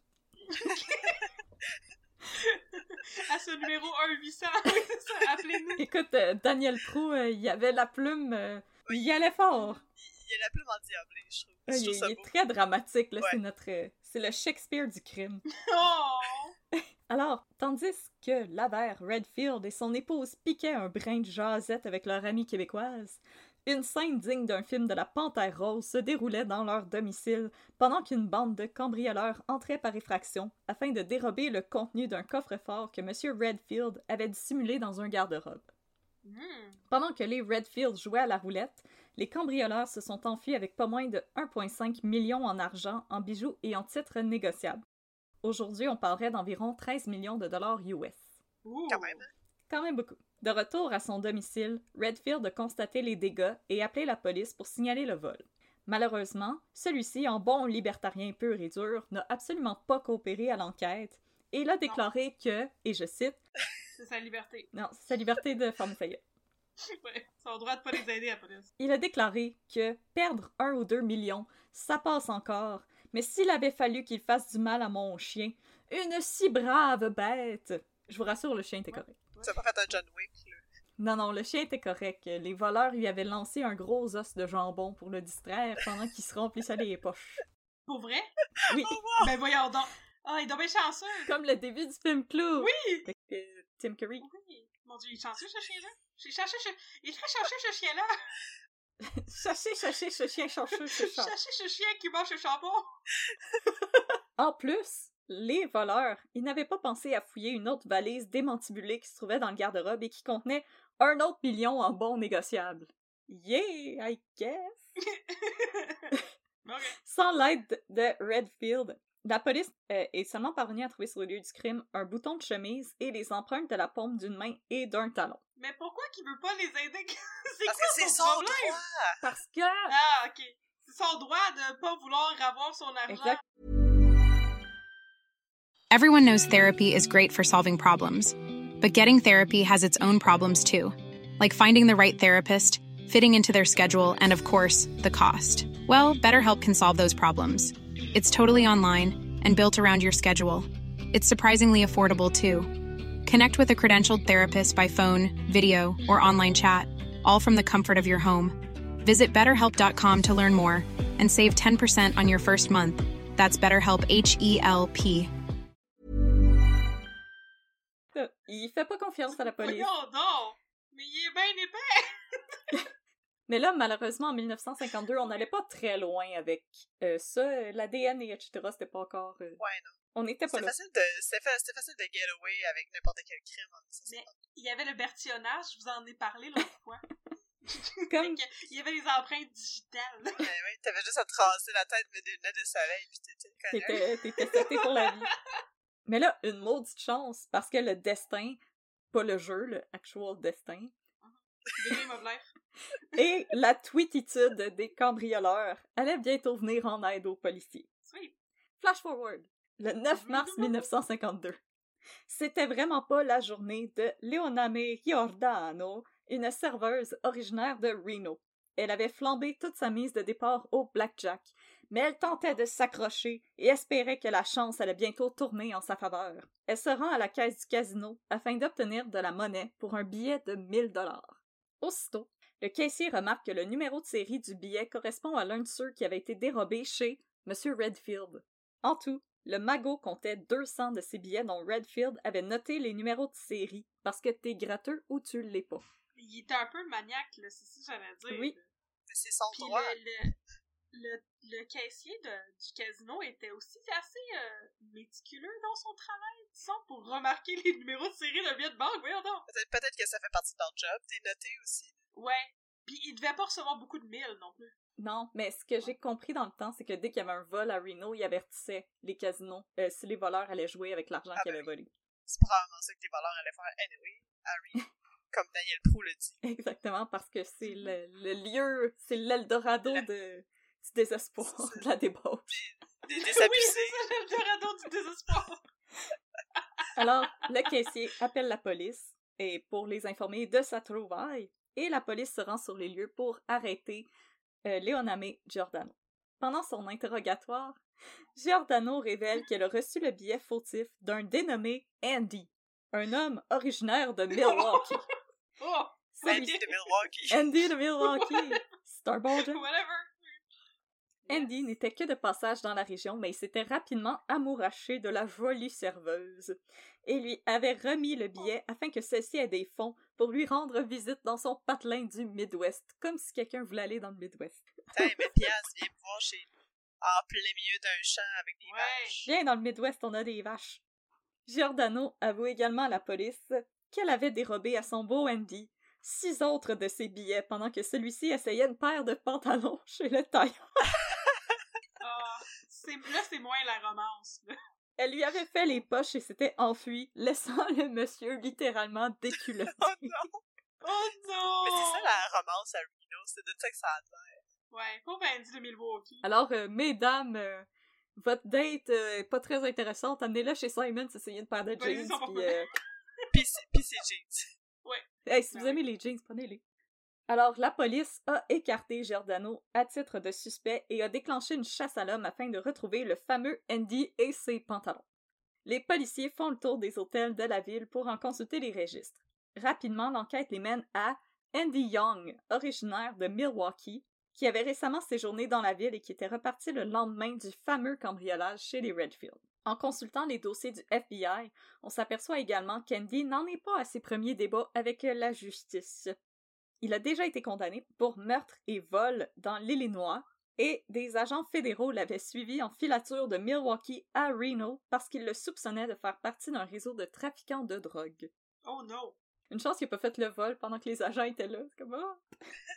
À ce numéro un huit cents, appelez-nous! Écoute, euh, Daniel Prou, euh, il avait la plume, euh, il y allait fort! Il y a la plume endiablée, je trouve. Euh, Je il, trouve ça il est beau. très dramatique, là, Ouais. c'est notre... euh, c'est le Shakespeare du crime. Oh! Alors, tandis que Laverne Redfield et son épouse piquaient un brin de jasette avec leur amie québécoise, une scène digne d'un film de la Panthère Rose se déroulait dans leur domicile pendant qu'une bande de cambrioleurs entrait par effraction afin de dérober le contenu d'un coffre-fort que M. Redfield avait dissimulé dans un garde-robe. Mm. Pendant que les Redfield jouaient à la roulette, les cambrioleurs se sont enfuis avec pas moins de un virgule cinq million en argent, en bijoux et en titres négociables. Aujourd'hui, on parlerait d'environ treize millions de dollars U S. Ouh. Quand même. Quand même beaucoup. De retour à son domicile, Redfield a constaté les dégâts et appelé la police pour signaler le vol. Malheureusement, celui-ci, en bon libertarien pur et dur, n'a absolument pas coopéré à l'enquête et il a déclaré que, et je cite, C'est sa liberté. non, c'est sa liberté de fermer sa gueule. Ouais, son droit de pas les aider à la police. Il a déclaré que perdre un ou deux millions, ça passe encore, mais s'il avait fallu qu'il fasse du mal à mon chien, une si brave bête! Je vous rassure, le chien était correct. Ça n'a pas fait un John Wick, là. Non, non, le chien était correct. Les voleurs lui avaient lancé un gros os de jambon pour le distraire pendant qu'il se remplissait les poches. Pour vrai? Oui, Ben voyons donc. Ah, il est donc bien chanceux. comme le début du film Clou! Oui! Avec euh, Tim Curry. Oui. Mon Dieu, il est chanceux, ce chien-là. J'ai cherché ce... Il est très chanceux, ce chien-là. Cherchez, cherchez ce chien chanceux, ce chat. Cherchez ce chien qui mange le charbon. En plus, les voleurs, ils n'avaient pas pensé à fouiller une autre valise démantibulée qui se trouvait dans le garde-robe et qui contenait un autre million en bons négociables. Yeah, I guess! Ok. Sans l'aide de Redfield, la police euh, est seulement parvenue à trouver sur le lieu du crime un bouton de chemise et les empreintes de la paume d'une main et d'un talon. Mais pourquoi qu'il veut pas les aider? C'est Parce quoi que c'est son son problème? droit! Parce que... Ah, ok. C'est son droit de pas vouloir avoir son argent. Exact. Everyone knows therapy is great for solving problems, but getting therapy has its own problems too, like finding the right therapist, fitting into their schedule, and of course, the cost. Well, BetterHelp can solve those problems. It's totally online and built around your schedule. It's surprisingly affordable too. Connect with a credentialed therapist by phone, video, or online chat, all from the comfort of your home. Visit better help dot com to learn more and save ten percent on your first month. That's BetterHelp, H E L P. Il fait pas confiance à la police. Voyons donc! Mais il est bien épais! Mais là, malheureusement, en dix-neuf cent cinquante-deux, on n'allait pas très loin avec euh, ça. L'A D N et et cetera, c'était pas encore... euh, Ouais, non. On n'était pas C'était là. facile de, c'était fa- c'était facile de get away avec n'importe quel crime en dix-neuf cent cinquante. Mais il y avait le bertillonnage, je vous en ai parlé l'autre fois. Comme... Fait que il y avait les empreintes digitales. Ouais, ouais, t'avais juste à te raser la tête, mettre des lunettes de soleil, pis t'étais correct. T'étais, t'étais seté pour la vie. Mais là, une maudite chance, parce que le destin, pas le jeu, le actual destin, The Game of Life. et la tweetitude des cambrioleurs allaient bientôt venir en aide aux policiers. Sweet. Flash forward, le neuf mars dix-neuf cent cinquante-deux. C'était vraiment pas la journée de Leoname Giordano, une serveuse originaire de Reno. Elle avait flambé toute sa mise de départ au blackjack, mais elle tentait de s'accrocher et espérait que la chance allait bientôt tourner en sa faveur. Elle se rend à la caisse du casino afin d'obtenir de la monnaie pour un billet de mille dollars. Aussitôt, Le caissier remarque que le numéro de série du billet correspond à l'un de ceux qui avait été dérobé chez Monsieur Redfield. En tout, le magot comptait deux cents de ces billets dont Redfield avait noté les numéros de série, parce que t'es gratteux ou tu l'es pas. Il était un peu maniaque, là, c'est ça que j'allais dire. Oui. C'est son Puis droit. le, le, le, le caissier de, du casino était aussi assez euh, méticuleux dans son travail, disons, pour remarquer les numéros de série d'un billet de banque, voyons donc. Peut-être, peut-être que ça fait partie de leur job, t'es noté aussi. Ouais. Puis il devait pas recevoir beaucoup de mille non plus. Non, mais ce que j'ai compris dans le temps, c'est que dès qu'il y avait un vol à Reno, il avertissait les casinos euh, si les voleurs allaient jouer avec l'argent Ah qu'ils ben avaient volé. C'est probablement ça que les voleurs allaient faire anyway, Harry. Comme Daniel Prou le dit. Exactement, parce que c'est le, le lieu, c'est l'Eldorado La... de, du désespoir, de la débauche. Des, des Oui, désabusés. c'est ça, l'Eldorado du désespoir. Alors, le caissier appelle la police et pour les informer de sa trouvaille, et la police se rend sur les lieux pour arrêter euh, Leoname Giordano. Pendant son interrogatoire, Giordano révèle qu'elle a reçu le billet fautif d'un dénommé Andy, un homme originaire de Milwaukee. Oh! Andy de Milwaukee. Andy de Milwaukee! Starboard. Whatever! Andy n'était que de passage dans la région, mais il s'était rapidement amouraché de la jolie serveuse et lui avait remis le billet afin que celle-ci ait des fonds pour lui rendre visite dans son patelin du Midwest, comme si quelqu'un voulait aller dans le Midwest. Tiens, mais Piaz, viens me voir chez nous, en plein milieu d'un champ avec des Ouais. vaches. Viens, dans le Midwest, on a des vaches. Giordano avoue également à la police qu'elle avait dérobé à son beau Andy six autres de ses billets pendant que celui-ci essayait une paire de pantalons chez le tailleur. Ah, c'est, là, c'est moins la romance, là. Elle lui avait fait les poches et s'était enfuie, laissant le monsieur littéralement déculotté. Oh non! Oh non! Mais c'est ça la romance à Reno, c'est de ça que ça a l'air. Ouais, pauvre Andy de Milwaukee. Alors, euh, mesdames, euh, votre date euh, est pas très intéressante. Amenez-la chez Simon s'essayer une paire de Vas-y, jeans. son Puis, porte-monnaie. euh, Pis c'est, pis c'est jeans. hey, si Ben vous oui. aimez les jeans, prenez-les. Alors, la police a écarté Giordano à titre de suspect et a déclenché une chasse à l'homme afin de retrouver le fameux Andy et ses pantalons. Les policiers font le tour des hôtels de la ville pour en consulter les registres. Rapidement, l'enquête les mène à Andy Young, originaire de Milwaukee, qui avait récemment séjourné dans la ville et qui était reparti le lendemain du fameux cambriolage chez les Redfield. En consultant les dossiers du F B I, on s'aperçoit également qu'Andy n'en est pas à ses premiers débats avec la justice. Il a déjà été condamné pour meurtre et vol dans l'Illinois, et des agents fédéraux l'avaient suivi en filature de Milwaukee à Reno parce qu'ils le soupçonnaient de faire partie d'un réseau de trafiquants de drogue. Oh non! Une chance qu'il n'a pas fait le vol pendant que les agents étaient là. C'est comme, ah!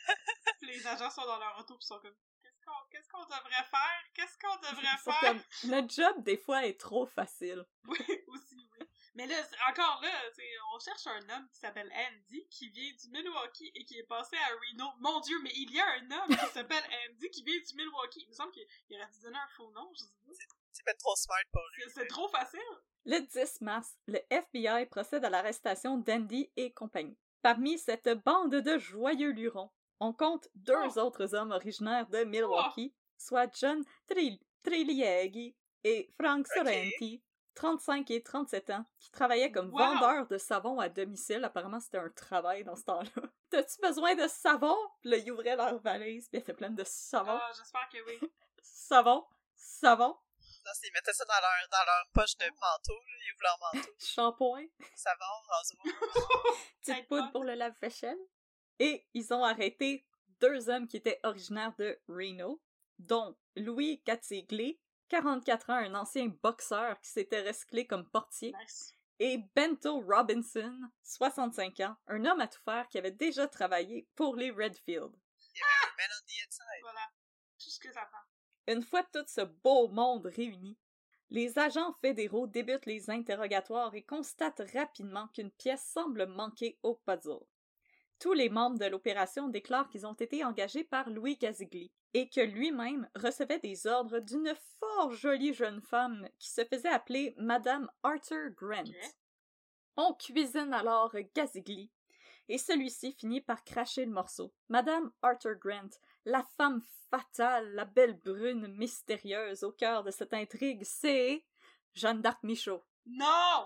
Les agents sont dans leur auto pis sont comme, qu'est-ce qu'on, qu'est-ce qu'on devrait faire? Qu'est-ce qu'on devrait Ils sont faire? comme, notre job, des fois, est trop facile. Oui, aussi, oui. Mais là, c'est- encore là, tu sais, on cherche un homme qui s'appelle Andy, qui vient du Milwaukee et qui est passé à Reno. Mon Dieu, mais il y a un homme qui s'appelle Andy qui vient du Milwaukee. Il me semble qu'il il aurait dû donner un faux nom, je sais pas. C'est pas trop smart pour lui. C'est, c'est trop facile. Le dix mars, le F B I procède à l'arrestation d'Andy et compagnie. Parmi cette bande de joyeux lurons, on compte deux Oh. autres hommes originaires de Milwaukee, soit John Tri- Trilieghi et Frank Sorrenti, trente-cinq et trente-sept ans, qui travaillaient comme Wow. vendeurs de savon à domicile. Apparemment, c'était un travail dans ce temps-là. T'as-tu besoin de savon? Puis là, ils ouvraient leur valise, puis elle était pleine de savon. Ah, j'espère que oui. Savon, savon, Non, c'est- ils mettaient ça dans leur, dans leur poche de manteau, là. Ils ouvrent leur manteau. shampoing. Savon, rasoir. Petite Tête poudre bonne. pour le lave-vaisselle. Et ils ont arrêté deux hommes qui étaient originaires de Reno, dont Louis Cattigli, quarante-quatre ans, un ancien boxeur qui s'était recyclé comme portier, Nice. et Bento Robinson, soixante-cinq ans, un homme à tout faire qui avait déjà travaillé pour les Redfield. Il y avait un man on the inside. Voilà. Tout ce que ça prend. Une fois tout ce beau monde réuni, les agents fédéraux débutent les interrogatoires et constatent rapidement qu'une pièce semble manquer au puzzle. Tous les membres de l'opération déclarent qu'ils ont été engagés par Louis Casigli et que lui-même recevait des ordres d'une fort jolie jeune femme qui se faisait appeler Madame Arthur Grant. Ok. On cuisine alors Casigli et celui-ci finit par cracher le morceau. Madame Arthur Grant, la femme fatale, la belle brune mystérieuse au cœur de cette intrigue, c'est Jeanne d'Arc Michaud. Non!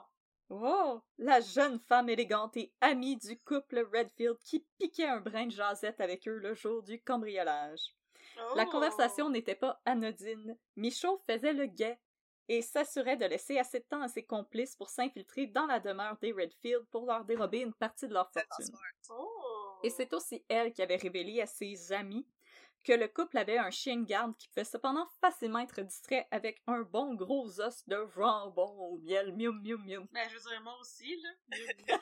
Oh! La jeune femme élégante et amie du couple Redfield qui piquait un brin de jasette avec eux le jour du cambriolage. Oh. La conversation n'était pas anodine. Michaud faisait le guet et s'assurait de laisser assez de temps à ses complices pour s'infiltrer dans la demeure des Redfield pour leur dérober une partie de leur fortune. Oh. Et c'est aussi elle qui avait révélé à ses amis que le couple avait un chien de garde qui pouvait cependant facilement être distrait avec un bon gros os de jambon au miel. Mium, mium, mium. Ben, je veux dire, moi aussi, là.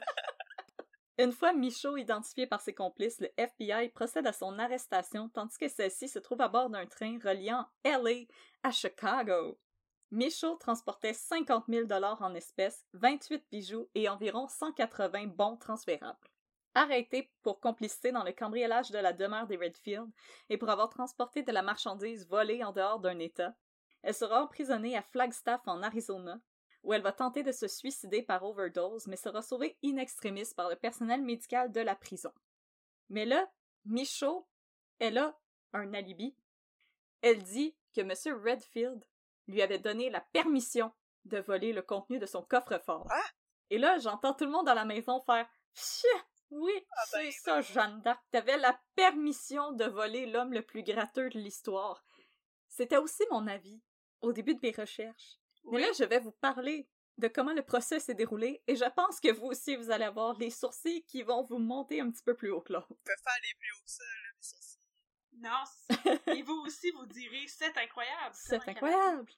Une fois Michaud identifié par ses complices, le F B I procède à son arrestation, tandis que celle-ci se trouve à bord d'un train reliant L A à Chicago. Michaud transportait cinquante mille dollars en espèces, vingt-huit bijoux et environ cent quatre-vingts bons transférables. Arrêtée pour complicité dans le cambriolage de la demeure des Redfield et pour avoir transporté de la marchandise volée en dehors d'un État, elle sera emprisonnée à Flagstaff en Arizona, où elle va tenter de se suicider par overdose, mais sera sauvée in extremis par le personnel médical de la prison. Mais là, Michaud, elle a un alibi. Elle dit que M. Redfield lui avait donné la permission de voler le contenu de son coffre-fort. Ah! Et là, j'entends tout le monde dans la maison faire « Pfff! Oui, Ah ben, c'est ça, Jeanne d'Arc. T'avais la permission de voler l'homme le plus gratteux de l'histoire. » C'était aussi mon avis au début de mes recherches. Oui. Mais là, je vais vous parler de comment le procès s'est déroulé et je pense que vous aussi, vous allez avoir les sourcils qui vont vous monter un petit peu plus haut que l'autre. On peut faire les plus hauts que ça, là, mes sourcils. Non, c'est- et vous aussi, vous direz, c'est incroyable. C'est incroyable!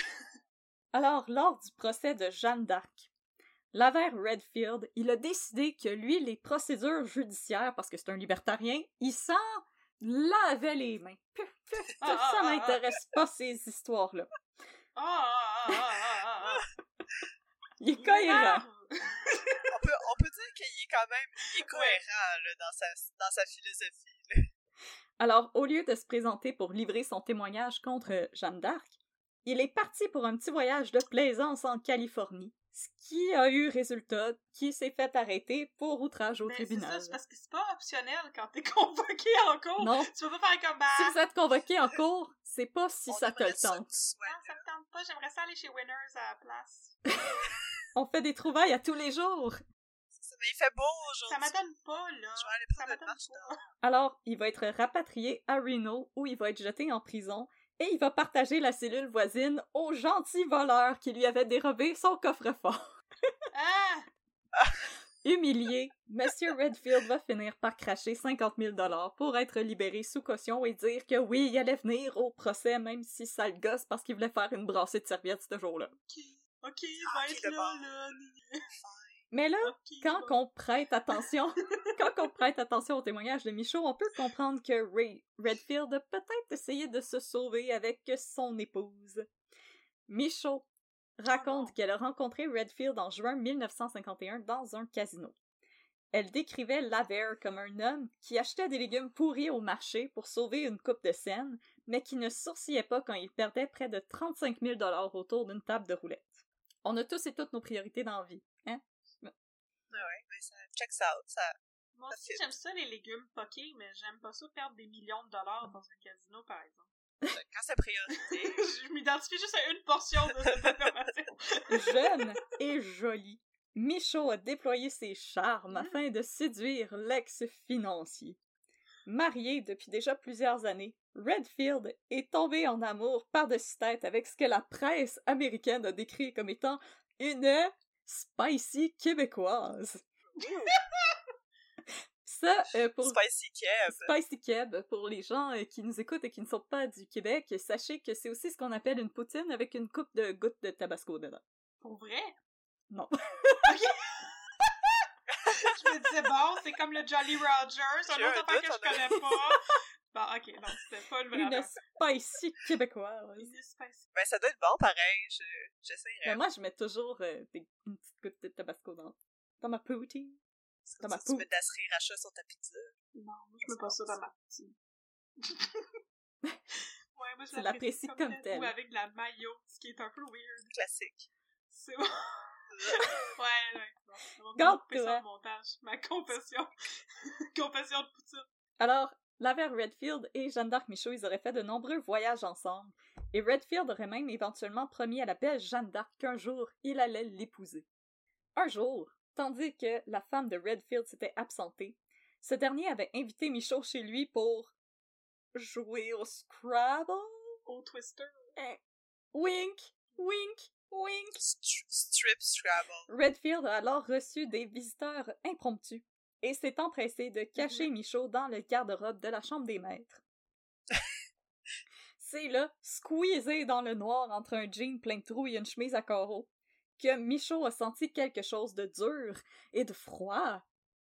Alors, lors du procès de Jeanne d'Arc, l'affaire Redfield, il a décidé que lui, les procédures judiciaires, parce que c'est un libertarien, il s'en lavait les mains. Puf, puf, puf, Ah, ça ah, ah, m'intéresse pas, ces histoires-là. Ah, ah, ah, ah, ah, ah. Il est cohérent. on, peut, on peut dire qu'il est quand même il est cohérent là, dans, sa, dans sa philosophie. Là. Alors, au lieu de se présenter pour livrer son témoignage contre Jeanne d'Arc, il est parti pour un petit voyage de plaisance en Californie, ce qui a eu résultat qu'il s'est fait arrêter pour outrage au Ben, c'est tribunal. ça, c'est parce que c'est pas optionnel quand t'es convoqué en cours. Non. Tu peux pas faire comme bah. Si vous êtes convoqué en cours, c'est pas si On ça te le aimerait ça tente. que tu sois Non, ça me tente pas, j'aimerais ça aller chez Winners à la place. On fait des trouvailles à tous les jours. ça, mais il fait beau aujourd'hui. Ça m'adonne pas, là. Je vais aller Ça prendre une m'adonne marche pas. dehors. Alors, il va être rapatrié à Reno, où il va être jeté en prison, et il va partager la cellule voisine au gentil voleur qui lui avait dérobé son coffre-fort. Ah! Humilié, Monsieur Redfield va finir par cracher cinquante mille dollars pour être libéré sous caution et dire que oui, il allait venir au procès même si ça le gosse parce qu'il voulait faire une brassée de serviettes ce jour-là. Ok, ok, il va Ah, ok, être là, d'abord. là. Mais là, Ok, quand bon. on prête attention, quand on prête attention au témoignage de Michaud, on peut comprendre que Ray Redfield a peut-être essayé de se sauver avec son épouse. Michaud raconte Oh. qu'elle a rencontré Redfield en juin mille neuf cent cinquante et un dans un casino. Elle décrivait Laver comme un homme qui achetait des légumes pourris au marché pour sauver une coupe de scène, mais qui ne sourcillait pas quand il perdait près de trente-cinq mille dollars autour d'une table de roulette. On a tous et toutes nos priorités dans la vie, hein? Ah ouais, mais ça checks out. Ça... Moi ça aussi, fit. j'aime ça, les légumes poqués, mais j'aime pas ça perdre des millions de dollars dans un casino, par exemple. Quand c'est priorité. Je m'identifie juste à une portion de cette information. Jeune et jolie, Michaud a déployé ses charmes afin de séduire l'ex-financier. Marié depuis déjà plusieurs années, Redfield est tombé en amour par-dessus tête avec ce que la presse américaine a décrit comme étant une spicy québécoise. Ça, euh, pour Spicy Keb. Spicy Keb, pour les gens euh, qui nous écoutent et qui ne sont pas du Québec, sachez que c'est aussi ce qu'on appelle une poutine avec une coupe de gouttes de tabasco dedans. Pour vrai? Non. Je me disais, bon, c'est comme le Jolly Rogers, un J'ai autre un affaire doute, que je on a- connais pas. Bon, ok, non, c'était pas une vraie Une affaire. spicy québécoise. Une espèce. Ben, ça doit être bon, pareil. Je... J'essaierai. Ben, moi, je mets toujours euh, des, une petite goutte de tabasco dans, dans ma poutine. C'est dans comme ma ça, tu mets pout. de la sriracha sur ta pizza. Non, moi, je mets pas ça dans ma poutine. Ouais, moi, je Tu l'apprécies comme telle. telle. Ou avec de la mayo, ce qui est un peu weird. Classique. C'est bon. Ouais, ouais. Bon, on va me Garde-toi. couper ça au montage. Ma confession. Confession de poutine. Alors, l'affaire Redfield et Jeanne d'Arc Michaud, ils auraient fait de nombreux voyages ensemble, et Redfield aurait même éventuellement promis à la belle Jeanne d'Arc qu'un jour, il allait l'épouser. Un jour, tandis que la femme de Redfield s'était absentée, ce dernier avait invité Michaud chez lui pour jouer au Scrabble? Au Twister. Eh. Wink, wink, wink. Stri- strip Scrabble. Redfield a alors reçu des visiteurs impromptus et s'est empressé de cacher mm-hmm. Michaud dans le garde-robe de la chambre des maîtres. C'est là, squeezé dans le noir entre un jean plein de trous et une chemise à carreaux, que Michaud a senti quelque chose de dur et de froid.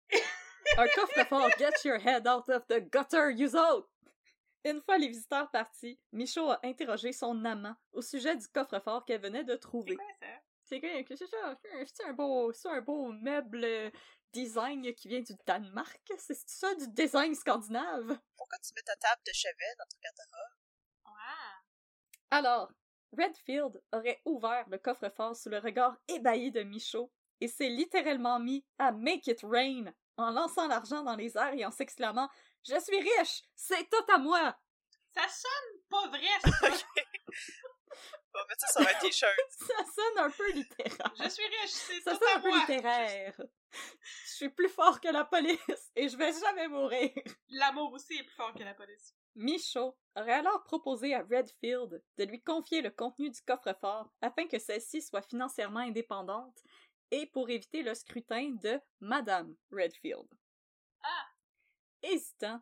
Un coffre-fort, get your head out of the gutter, you out! Une fois les visiteurs partis, Michaud a interrogé son amant au sujet du coffre-fort qu'elle venait de trouver. C'est quoi ça? C'est quoi? C'est ça? C'est un beau, c'est un beau meuble design qui vient du Danemark? C'est ça du design scandinave? Pourquoi tu mets ta table de chevet dans ton garde-robe? Wow. Alors, Redfield aurait ouvert le coffre-fort sous le regard ébahi de Michaud et s'est littéralement mis à make it rain en lançant l'argent dans les airs et en s'exclamant « Je suis riche! C'est tout à moi! » Ça sonne pas vrai, ça! Ok. On va mettre ça sur un t-shirt. Ça sonne un peu littéraire. Je suis riche, c'est ça tout à moi! Ça sonne un peu littéraire. Je suis plus fort que la police et je vais jamais mourir. L'amour aussi est plus fort que la police. Michaud aurait alors proposé à Redfield de lui confier le contenu du coffre-fort afin que celle-ci soit financièrement indépendante et pour éviter le scrutin de Madame Redfield. Ah! Hésitant,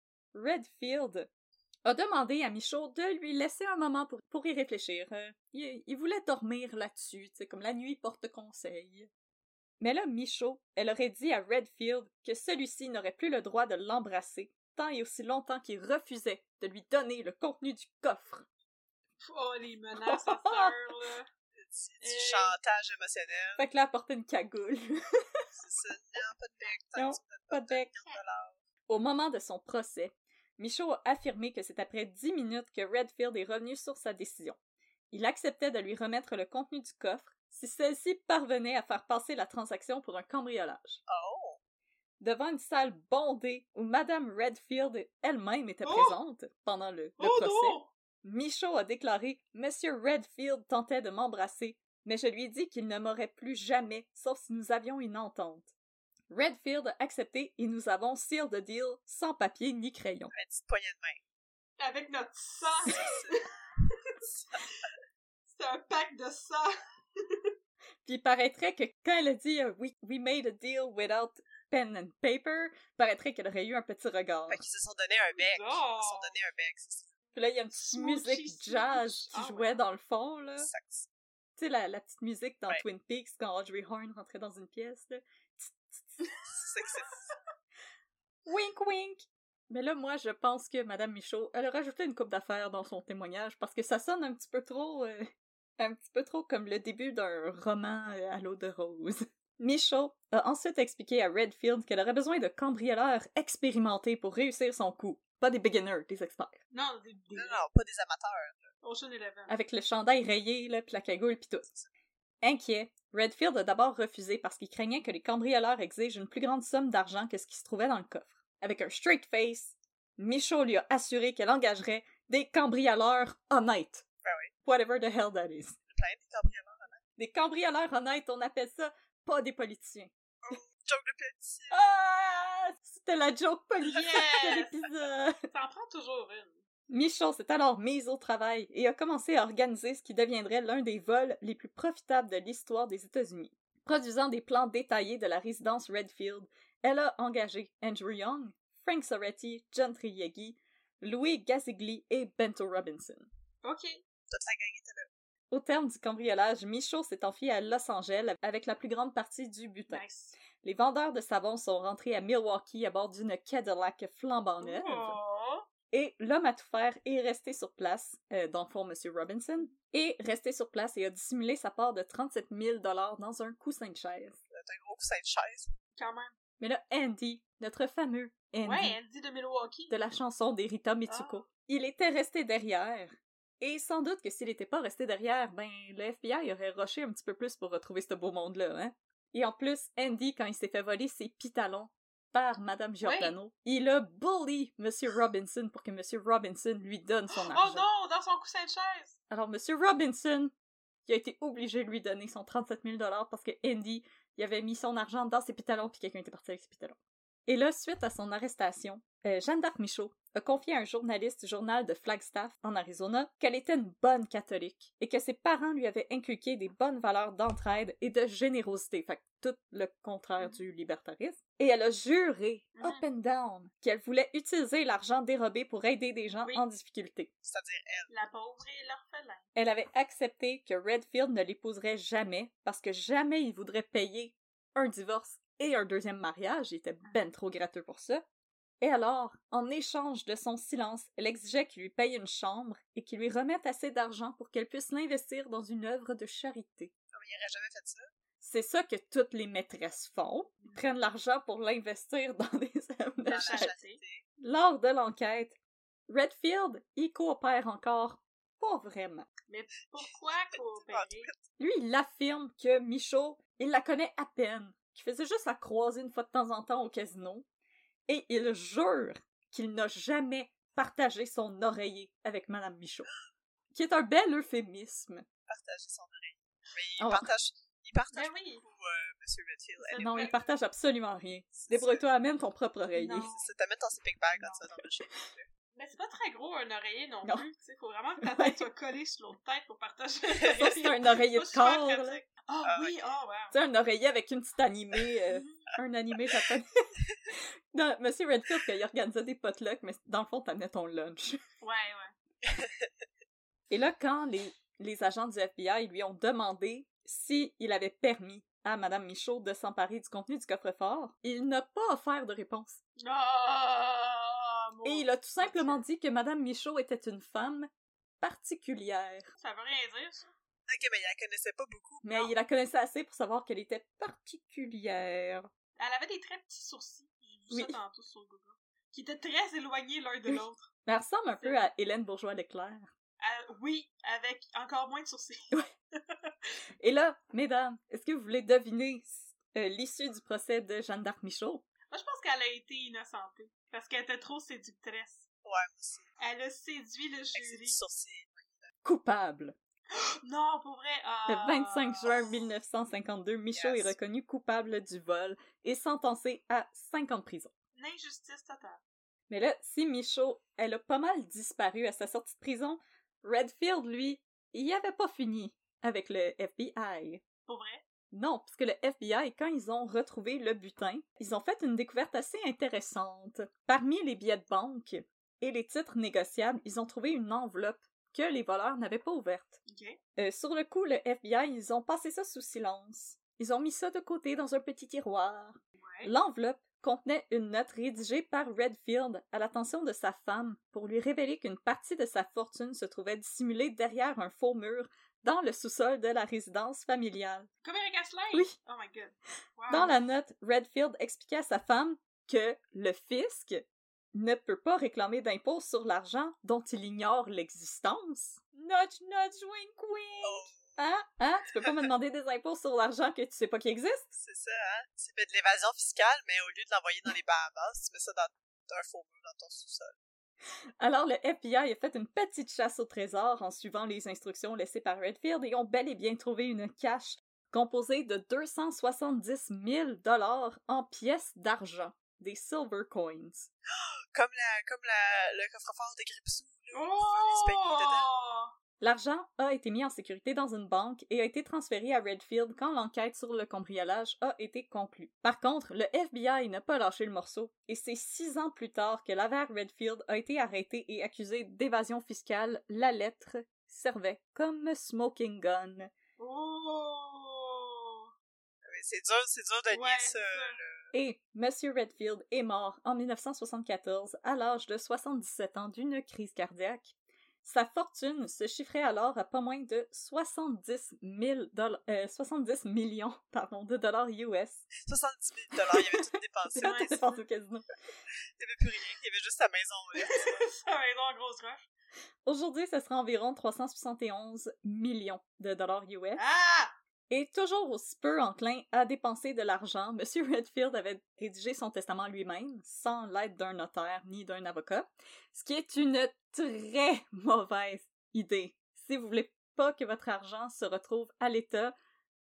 Redfield a demandé à Michaud de lui laisser un moment pour, pour y réfléchir. Euh, il, il voulait dormir là-dessus, tu sais, comme la nuit porte conseil. Mais là, Michaud, elle aurait dit à Redfield que celui-ci n'aurait plus le droit de l'embrasser tant et aussi longtemps qu'il refusait de lui donner le contenu du coffre. Oh, les menaces à sœur, là! C'est du hey. chantage émotionnel. Fait que là, elle portait une cagoule. C'est ça. Non, pas de bec. Non, pas de bec. Au moment de son procès, Michaud a affirmé que c'est après dix minutes que Redfield est revenu sur sa décision. Il acceptait de lui remettre le contenu du coffre si celle-ci parvenait à faire passer la transaction pour un cambriolage. Oh! Devant une salle bondée où Madame Redfield elle-même était oh! présente pendant le, le oh procès, non! Michaud a déclaré « Monsieur Redfield tentait de m'embrasser, mais je lui ai dit qu'il ne m'aurait plus jamais, sauf si nous avions une entente. » Redfield a accepté et nous avons seal the deal sans papier ni crayon. Une petite poignée de main. Avec notre sang! C'est un pack de sang! Puis il paraîtrait que quand elle a dit uh, we, we made a deal without pen and paper, il paraîtrait qu'elle aurait eu un petit regard. Fait qu'ils se sont donné un bec. Oh. Ils se sont donné un bec, c'est ça. Puis là, il y a une petite musique jazz qui oh, jouait ouais. dans le fond, là. Ça, tu sais, la, la petite musique dans ouais. Twin Peaks, quand Audrey Horne rentrait dans une pièce, là. C'est que c'est... Wink, wink! Mais là, moi, je pense que Madame Michaud, elle a rajouté une coupe d'affaires dans son témoignage, parce que ça sonne un petit peu trop... Euh, un petit peu trop comme le début d'un roman euh, à l'eau de rose. Michaud a ensuite expliqué à Redfield qu'elle aurait besoin de cambrioleurs expérimentés pour réussir son coup. Pas des beginners, des experts. Non, des, des... non, non, pas des amateurs. Ocean Eleven. Avec le chandail rayé, là, pis la cagoule, pis tout. Inquiet, Redfield a d'abord refusé parce qu'il craignait que les cambrioleurs exigent une plus grande somme d'argent que ce qui se trouvait dans le coffre. Avec un straight face, Michaud lui a assuré qu'elle engagerait des cambrioleurs honnêtes. Ben oui. Whatever the hell that is. Plein de cambrioleurs honnêtes. Des cambrioleurs honnêtes, on appelle ça pas des politiciens. Oh, joke de politicien. Ah! C'était la joke politique yes! de l'épisode. T'en prends toujours une. Michaud s'est alors mise au travail et a commencé à organiser ce qui deviendrait l'un des vols les plus profitables de l'histoire des États-Unis. Produisant des plans détaillés de la résidence Redfield, elle a engagé Andrew Young, Frank Soretti, John Trieggi, Louis Gazigli et Bento Robinson. OK. Toute la gang était là. Au terme du cambriolage, Michaud s'est enfui à Los Angeles avec la plus grande partie du butin. Nice. Les vendeurs de savon sont rentrés à Milwaukee à bord d'une Cadillac flambant neuve. Oh. Et l'homme à tout faire est resté sur place, euh, dans le fond, M. Robinson, est resté sur place et a dissimulé sa part de trente-sept mille dollars dans un coussin de chaise. C'est un gros coussin de chaise. Quand même. Mais là, Andy, notre fameux Andy, ouais, Andy de Milwaukee, de la chanson d'Erita Mitsuko, oh. il était resté derrière. Et sans doute que s'il n'était pas resté derrière, ben, le F B I aurait rushé un petit peu plus pour retrouver ce beau monde-là, hein. Et en plus, Andy, quand il s'est fait voler ses pitalons par Madame Giordano, oui. il a bully M. Robinson pour que M. Robinson lui donne son argent. Oh non, dans son coussin de chaise! Alors, M. Robinson, il a été obligé de lui donner son trente-sept mille dollars parce que Andy il avait mis son argent dans ses pétalons puis quelqu'un était parti avec ses pétalons. Et là, suite à son arrestation, euh, Jeanne d'Arc Michaud a confié à un journaliste du journal de Flagstaff, en Arizona, qu'elle était une bonne catholique et que ses parents lui avaient inculqué des bonnes valeurs d'entraide et de générosité, fait que tout le contraire du libertarisme. Et elle a juré, Mhm. up and down, qu'elle voulait utiliser l'argent dérobé pour aider des gens Oui. en difficulté. C'est-à-dire elle. La pauvre et l'orphelin. Elle avait accepté que Redfield ne l'épouserait jamais parce que jamais il voudrait payer un divorce et un deuxième mariage, il était ben trop gratteux pour ça. Et alors, en échange de son silence, elle exigeait qu'il lui paye une chambre et qu'il lui remette assez d'argent pour qu'elle puisse l'investir dans une œuvre de charité. Non, mais il aurait jamais fait ça. C'est ça que toutes les maîtresses font. Ils prennent l'argent pour l'investir dans des œuvres de Dans la charité. charité. Lors de l'enquête, Redfield y coopère encore pas vraiment. Mais pourquoi coopérer? Lui, il affirme que Michaud, il la connaît à peine, qu'il faisait juste la croiser une fois de temps en temps au casino, et il jure qu'il n'a jamais partagé son oreiller avec Madame Michaud, qui est un bel euphémisme. Partager son oreille. Mais il Oh. partage, il partage Ben oui. beaucoup, euh, Monsieur Redfield. Elle est Non, vraie. il partage absolument rien. C'est Débrouille-toi, amène ton propre oreiller. Non. C'est ça, t'amènes ton sleeping bag quand Non. tu vas dans le show. Mais c'est pas très gros un oreiller non, Non. plus. Tu sais, faut vraiment que ta tête soit collée sur l'autre tête pour partager Ça, c'est un oreiller de Pas super corps, là. pratique. Ah Ah, oui, ok. oh wow. Tu sais, un oreiller avec une petite animée, euh, un animé japonais. Non, Monsieur Redfield, quand il organisait des potlucks, mais dans le fond, t'amenais ton lunch. Ouais, ouais. Et là, quand les, les agents du F B I lui ont demandé s'il avait permis à Madame Michaud de s'emparer du contenu du coffre-fort, il n'a pas offert de réponse. Ah, mon Et il a tout simplement dit que Madame Michaud était une femme particulière. Ça veut rien dire, ça. Ok, mais il la connaissait pas beaucoup. Mais Non. il la connaissait assez pour savoir qu'elle était particulière. Elle avait des très petits sourcils. J'ai vu Oui. ça tantôt sur Google. Qui étaient très éloignés l'un de Oui. l'autre. Mais elle ressemble un peu à Hélène Bourgeois-Leclerc. Euh, oui, avec encore moins de sourcils. Et là, mesdames, est-ce que vous voulez deviner euh, l'issue du procès de Jeanne d'Arc Michaud? Moi, je pense qu'elle a été innocentée. Parce qu'elle était trop séductrice. Ouais, moi aussi. Elle a séduit le Avec ses jury. petits sourcils. Coupable. Non, pour vrai. Ah. Le vingt-cinq juin mille neuf cent cinquante-deux, Michaud Yes. est reconnu coupable du vol et sentencé à cinq ans de prison. Une injustice totale. Mais là, si Michaud, elle a pas mal disparu à sa sortie de prison, Redfield, lui, il avait pas fini avec le F B I. Pour vrai. Non, parce que le F B I, quand ils ont retrouvé le butin, ils ont fait une découverte assez intéressante. Parmi les billets de banque et les titres négociables, ils ont trouvé une enveloppe que les voleurs n'avaient pas ouverte. Ok. Euh, sur le coup, le F B I, ils ont passé ça sous silence. Ils ont mis ça de côté dans un petit tiroir. Ouais. L'enveloppe contenait une note rédigée par Redfield à l'attention de sa femme pour lui révéler qu'une partie de sa fortune se trouvait dissimulée derrière un faux mur dans le sous-sol de la résidence familiale. Comme Eric Asselin? Oui. Oh my god. Wow. Dans la note, Redfield expliquait à sa femme que le fisc ne peut pas réclamer d'impôts sur l'argent dont il ignore l'existence. Nudge, nudge, wink, wink! Oh, Hein? Hein? Tu peux pas me demander des impôts sur l'argent que tu sais pas qu'il existe? c'est ça, hein? Tu fais de l'évasion fiscale, mais au lieu de l'envoyer dans les Bahamas, tu mets ça dans un faux mur dans ton sous-sol. Alors le F B I a fait une petite chasse au trésor en suivant les instructions laissées par Redfield et ont bel et bien trouvé une cache composée de deux cent soixante-dix mille dollars en pièces d'argent, des silver coins. Comme la, comme la, le coffre-fort de Gripsou, là, où Oh! les spaghettis dedans. L'argent a été mis en sécurité dans une banque et a été transféré à Redfield quand l'enquête sur le cambriolage a été conclue. Par contre, le F B I n'a pas lâché le morceau et c'est six ans plus tard que Laver Redfield a été arrêté et accusé d'évasion fiscale. La lettre servait comme smoking gun. Oh! Mais c'est dur, c'est dur de Ouais, nier c'est ça, ça. là. Et Monsieur Redfield est mort en mille neuf cent soixante-quatorze à l'âge de soixante-dix-sept ans d'une crise cardiaque. Sa fortune se chiffrait alors à pas moins de soixante-dix mille dollars, euh, soixante-dix millions pardon, de dollars U S. soixante-dix mille dollars, il avait tout dépensé. C'est Ouais, tout c'est dépensé au casino. Il n'y avait plus rien, il y avait juste sa maison. Là. Ça va être en grosse rush. Aujourd'hui, ce sera environ trois cent soixante et onze millions de dollars U S. Ah! Et toujours aussi peu enclin à dépenser de l'argent, Monsieur Redfield avait rédigé son testament lui-même, sans l'aide d'un notaire ni d'un avocat, ce qui est une très mauvaise idée. Si vous voulez pas que votre argent se retrouve à l'État,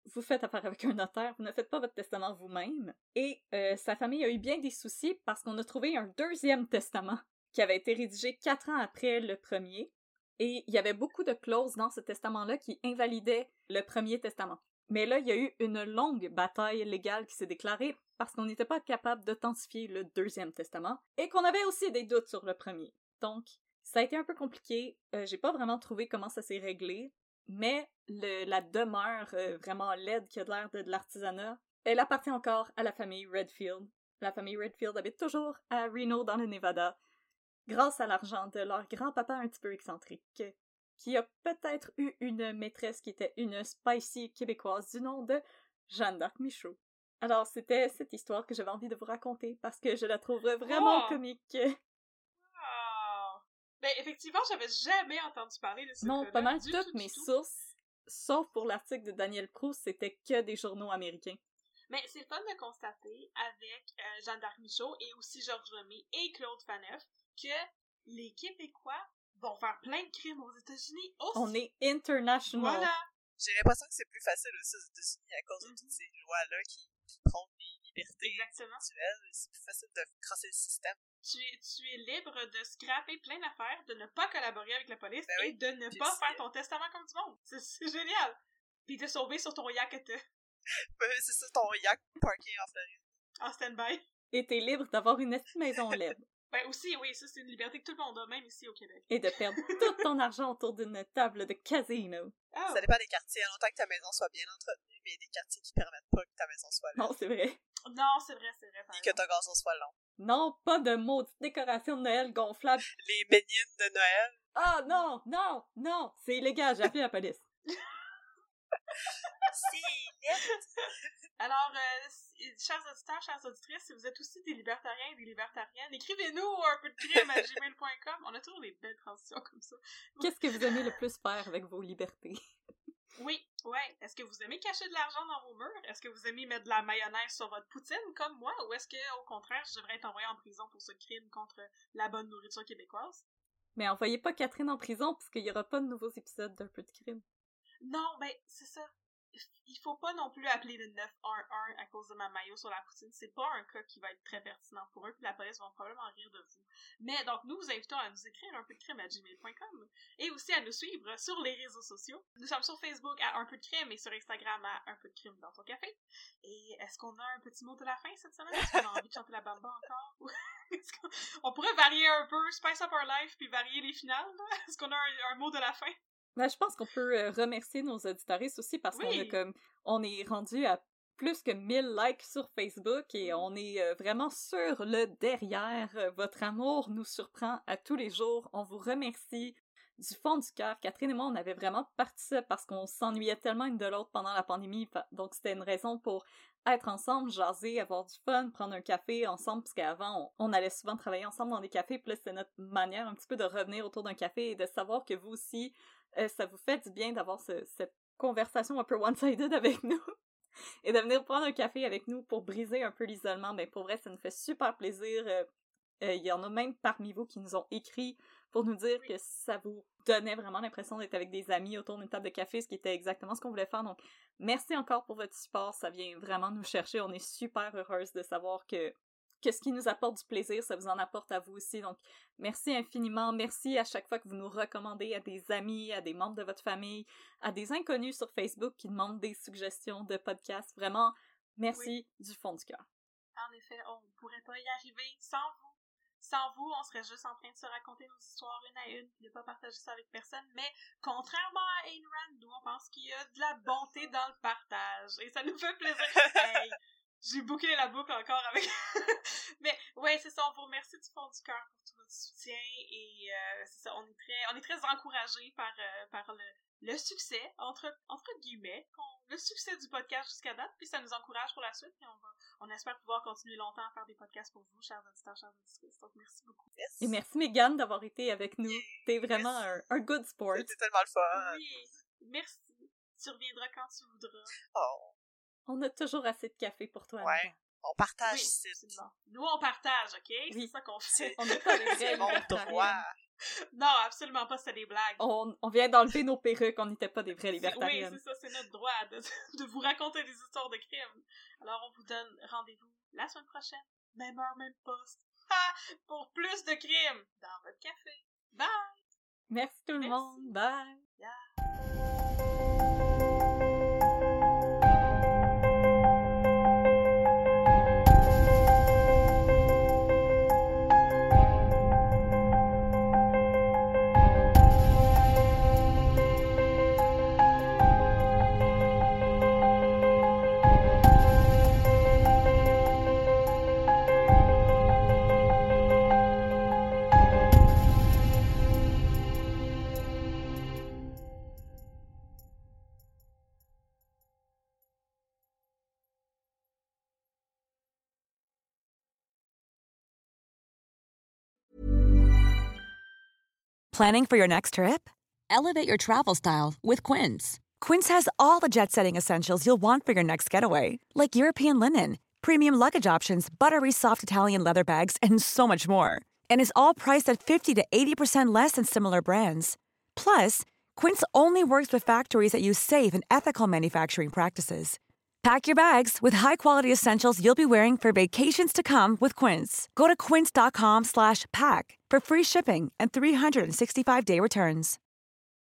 vous faites affaire avec un notaire, vous ne faites pas votre testament vous-même. Et euh, sa famille a eu bien des soucis parce qu'on a trouvé un deuxième testament qui avait été rédigé quatre ans après le premier. Et il y avait beaucoup de clauses dans ce testament-là qui invalidaient le premier testament. Mais là, il y a eu une longue bataille légale qui s'est déclarée parce qu'on n'était pas capable d'authentifier le deuxième testament et qu'on avait aussi des doutes sur le premier. Donc, ça a été un peu compliqué. Euh, j'ai pas vraiment trouvé comment ça s'est réglé, mais le, la demeure euh, vraiment laide qui a l'air de, de l'artisanat, elle appartient encore à la famille Redfield. La famille Redfield habite toujours à Reno, dans le Nevada, grâce à l'argent de leur grand-papa un petit peu excentrique, qui a peut-être eu une maîtresse qui était une spicy québécoise du nom de Jeanne d'Arc Michaud. Alors, c'était cette histoire que j'avais envie de vous raconter parce que je la trouve vraiment Oh! comique. Oh. Ben, effectivement, j'avais jamais entendu parler de ce Non, cas-là, pas mal du toutes tout, du mes tout. sources, sauf pour l'article de Daniel Proust, c'était que des journaux américains. Mais c'est le fun de constater avec euh, Jeanne d'Arc Michaud et aussi Georges Lemay et Claude Faneuf que les Québécois vont faire plein de crimes aux États-Unis aussi. On est international. Voilà. J'ai l'impression que c'est plus facile aussi aux États-Unis à cause de toutes ces lois-là qui, qui prônent les libertés Exactement. individuelles. C'est plus facile de crosser le système. Tu es, tu es libre de scraper plein d'affaires, de ne pas collaborer avec la police Ben et oui. de ne Puis pas c'est- faire ton testament comme du monde. C'est, c'est génial. Puis de sauver sur ton yacht Ben, c'est ça, ton yacht parké en Floride. en stand-by. Et t'es libre d'avoir une petite maison laide Ben aussi, oui, ça c'est une liberté que tout le monde a, même ici au Québec. et de perdre tout ton argent autour d'une table de casino. Ah, Ça dépend des quartiers, en longtemps que ta maison soit bien entretenue, mais il y a des quartiers qui permettent pas que ta maison soit là. Non, c'est vrai. non, c'est vrai, c'est vrai. par Ni que exemple. ton gazon soit long. Non, pas de maudite décoration de Noël gonflable. Les bénines de Noël. Ah non, non, non, c'est illégal, j'ai appelé la police. C'est laid. Alors, euh, si- chers auditeurs, chères auditrices, si vous êtes aussi des libertariens et des libertariennes, écrivez-nous un peu de crime à gmail point com. On a toujours des belles transitions comme ça. Qu'est-ce que vous aimez le plus faire avec vos libertés? Oui, ouais. Est-ce que vous aimez cacher de l'argent dans vos murs? Est-ce que vous aimez mettre de la mayonnaise sur votre poutine comme moi? Ou est-ce que, au contraire, je devrais être envoyé en prison pour ce crime contre la bonne nourriture québécoise? Mais envoyez pas Catherine en prison parce qu'il y aura pas de nouveaux épisodes d'Un peu de crime. Non, ben, c'est ça. Il faut pas non plus appeler le neuf un un à cause de ma maillot sur la poutine. C'est pas un cas qui va être très pertinent pour eux, puis la police va probablement rire de vous. Mais donc, nous vous invitons à nous écrire un peu de crime à gmail point com et aussi à nous suivre sur les réseaux sociaux. Nous sommes sur Facebook à Un peu de crime et sur Instagram à Un peu de crime dans ton café. Et est-ce qu'on a un petit mot de la fin cette semaine? Est-ce qu'on a envie de chanter la bamba encore? Ou est-ce qu'on on pourrait varier un peu, spice up our life, puis varier les finales? Là? Est-ce qu'on a un, un mot de la fin? Ben, je pense qu'on peut euh, remercier nos auditoristes aussi parce Oui. qu'on a comme on est rendu à plus que mille likes sur Facebook et on est euh, vraiment sur le derrière. Euh, Votre amour nous surprend à tous les jours. On vous remercie du fond du cœur. Catherine et moi, on avait vraiment parti ça parce qu'on s'ennuyait tellement une de l'autre pendant la pandémie. Fa- Donc c'était une raison pour être ensemble, jaser, avoir du fun, prendre un café ensemble, parce qu'avant, on, on allait souvent travailler ensemble dans des cafés, puis là, c'était notre manière un petit peu de revenir autour d'un café et de savoir que vous aussi, euh, ça vous fait du bien d'avoir ce, cette conversation un peu one-sided avec nous et de venir prendre un café avec nous pour briser un peu l'isolement. Ben, pour vrai, ça nous fait super plaisir. Euh, euh, il y en a même parmi vous qui nous ont écrit pour nous dire que ça vous donnait vraiment l'impression d'être avec des amis autour d'une table de café, ce qui était exactement ce qu'on voulait faire. Donc, merci encore pour votre support. Ça vient vraiment nous chercher. On est super heureuse de savoir que, que ce qui nous apporte du plaisir, ça vous en apporte à vous aussi. Donc, merci infiniment. Merci à chaque fois que vous nous recommandez à des amis, à des membres de votre famille, à des inconnus sur Facebook qui demandent des suggestions de podcasts. Vraiment, merci du fond du cœur. En effet, on ne pourrait pas y arriver sans vous. Sans vous, on serait juste en train de se raconter nos histoires une à une, puis de pas partager ça avec personne. Mais contrairement à Ayn Rand, nous, on pense qu'il y a de la bonté dans le partage. Et ça nous fait plaisir. Hey, j'ai bouclé la boucle encore avec... Mais ouais, c'est ça, on vous remercie du fond du cœur pour tout votre soutien. Et euh, c'est ça, on est très, on est très encouragés par, euh, par le, le succès, entre, entre guillemets, qu'on, le succès du podcast jusqu'à date. Puis ça nous encourage pour la suite. Et on va, on espère pouvoir continuer longtemps à faire des podcasts pour vous, chers auditeurs, chers auditrices. Donc merci beaucoup. Yes. Et merci Mégane d'avoir été avec nous. T'es vraiment un, un good sport. C'était tellement le fun. Oui, merci. Tu reviendras quand tu voudras. Oh. On a toujours assez de café pour toi, Ouais. Mégane. On partage Oui, ici. absolument. Nous, on partage, OK? Oui. C'est ça qu'on fait. On n'est pas des C'est vrais mon libertariennes. droit. Non, absolument pas, c'était des blagues. On, on vient d'enlever nos perruques, on n'était pas des vraies C'est- libertariennes. Oui, c'est ça, c'est notre droit de, de vous raconter des histoires de crimes. Alors, on vous donne rendez-vous la semaine prochaine, même heure, même poste, ha! Pour plus de crimes dans votre café. Bye! Merci tout le Merci. monde. Bye! Planning for your next trip? Elevate your travel style with Quince. Quince has all the jet-setting essentials you'll want for your next getaway, like European linen, premium luggage options, buttery soft Italian leather bags, and so much more. And is all priced at fifty to eighty percent less than similar brands. Plus, Quince only works with factories that use safe and ethical manufacturing practices. Pack your bags with high-quality essentials you'll be wearing for vacations to come with Quince. Go to quince.com slash pack for free shipping and three sixty-five day returns.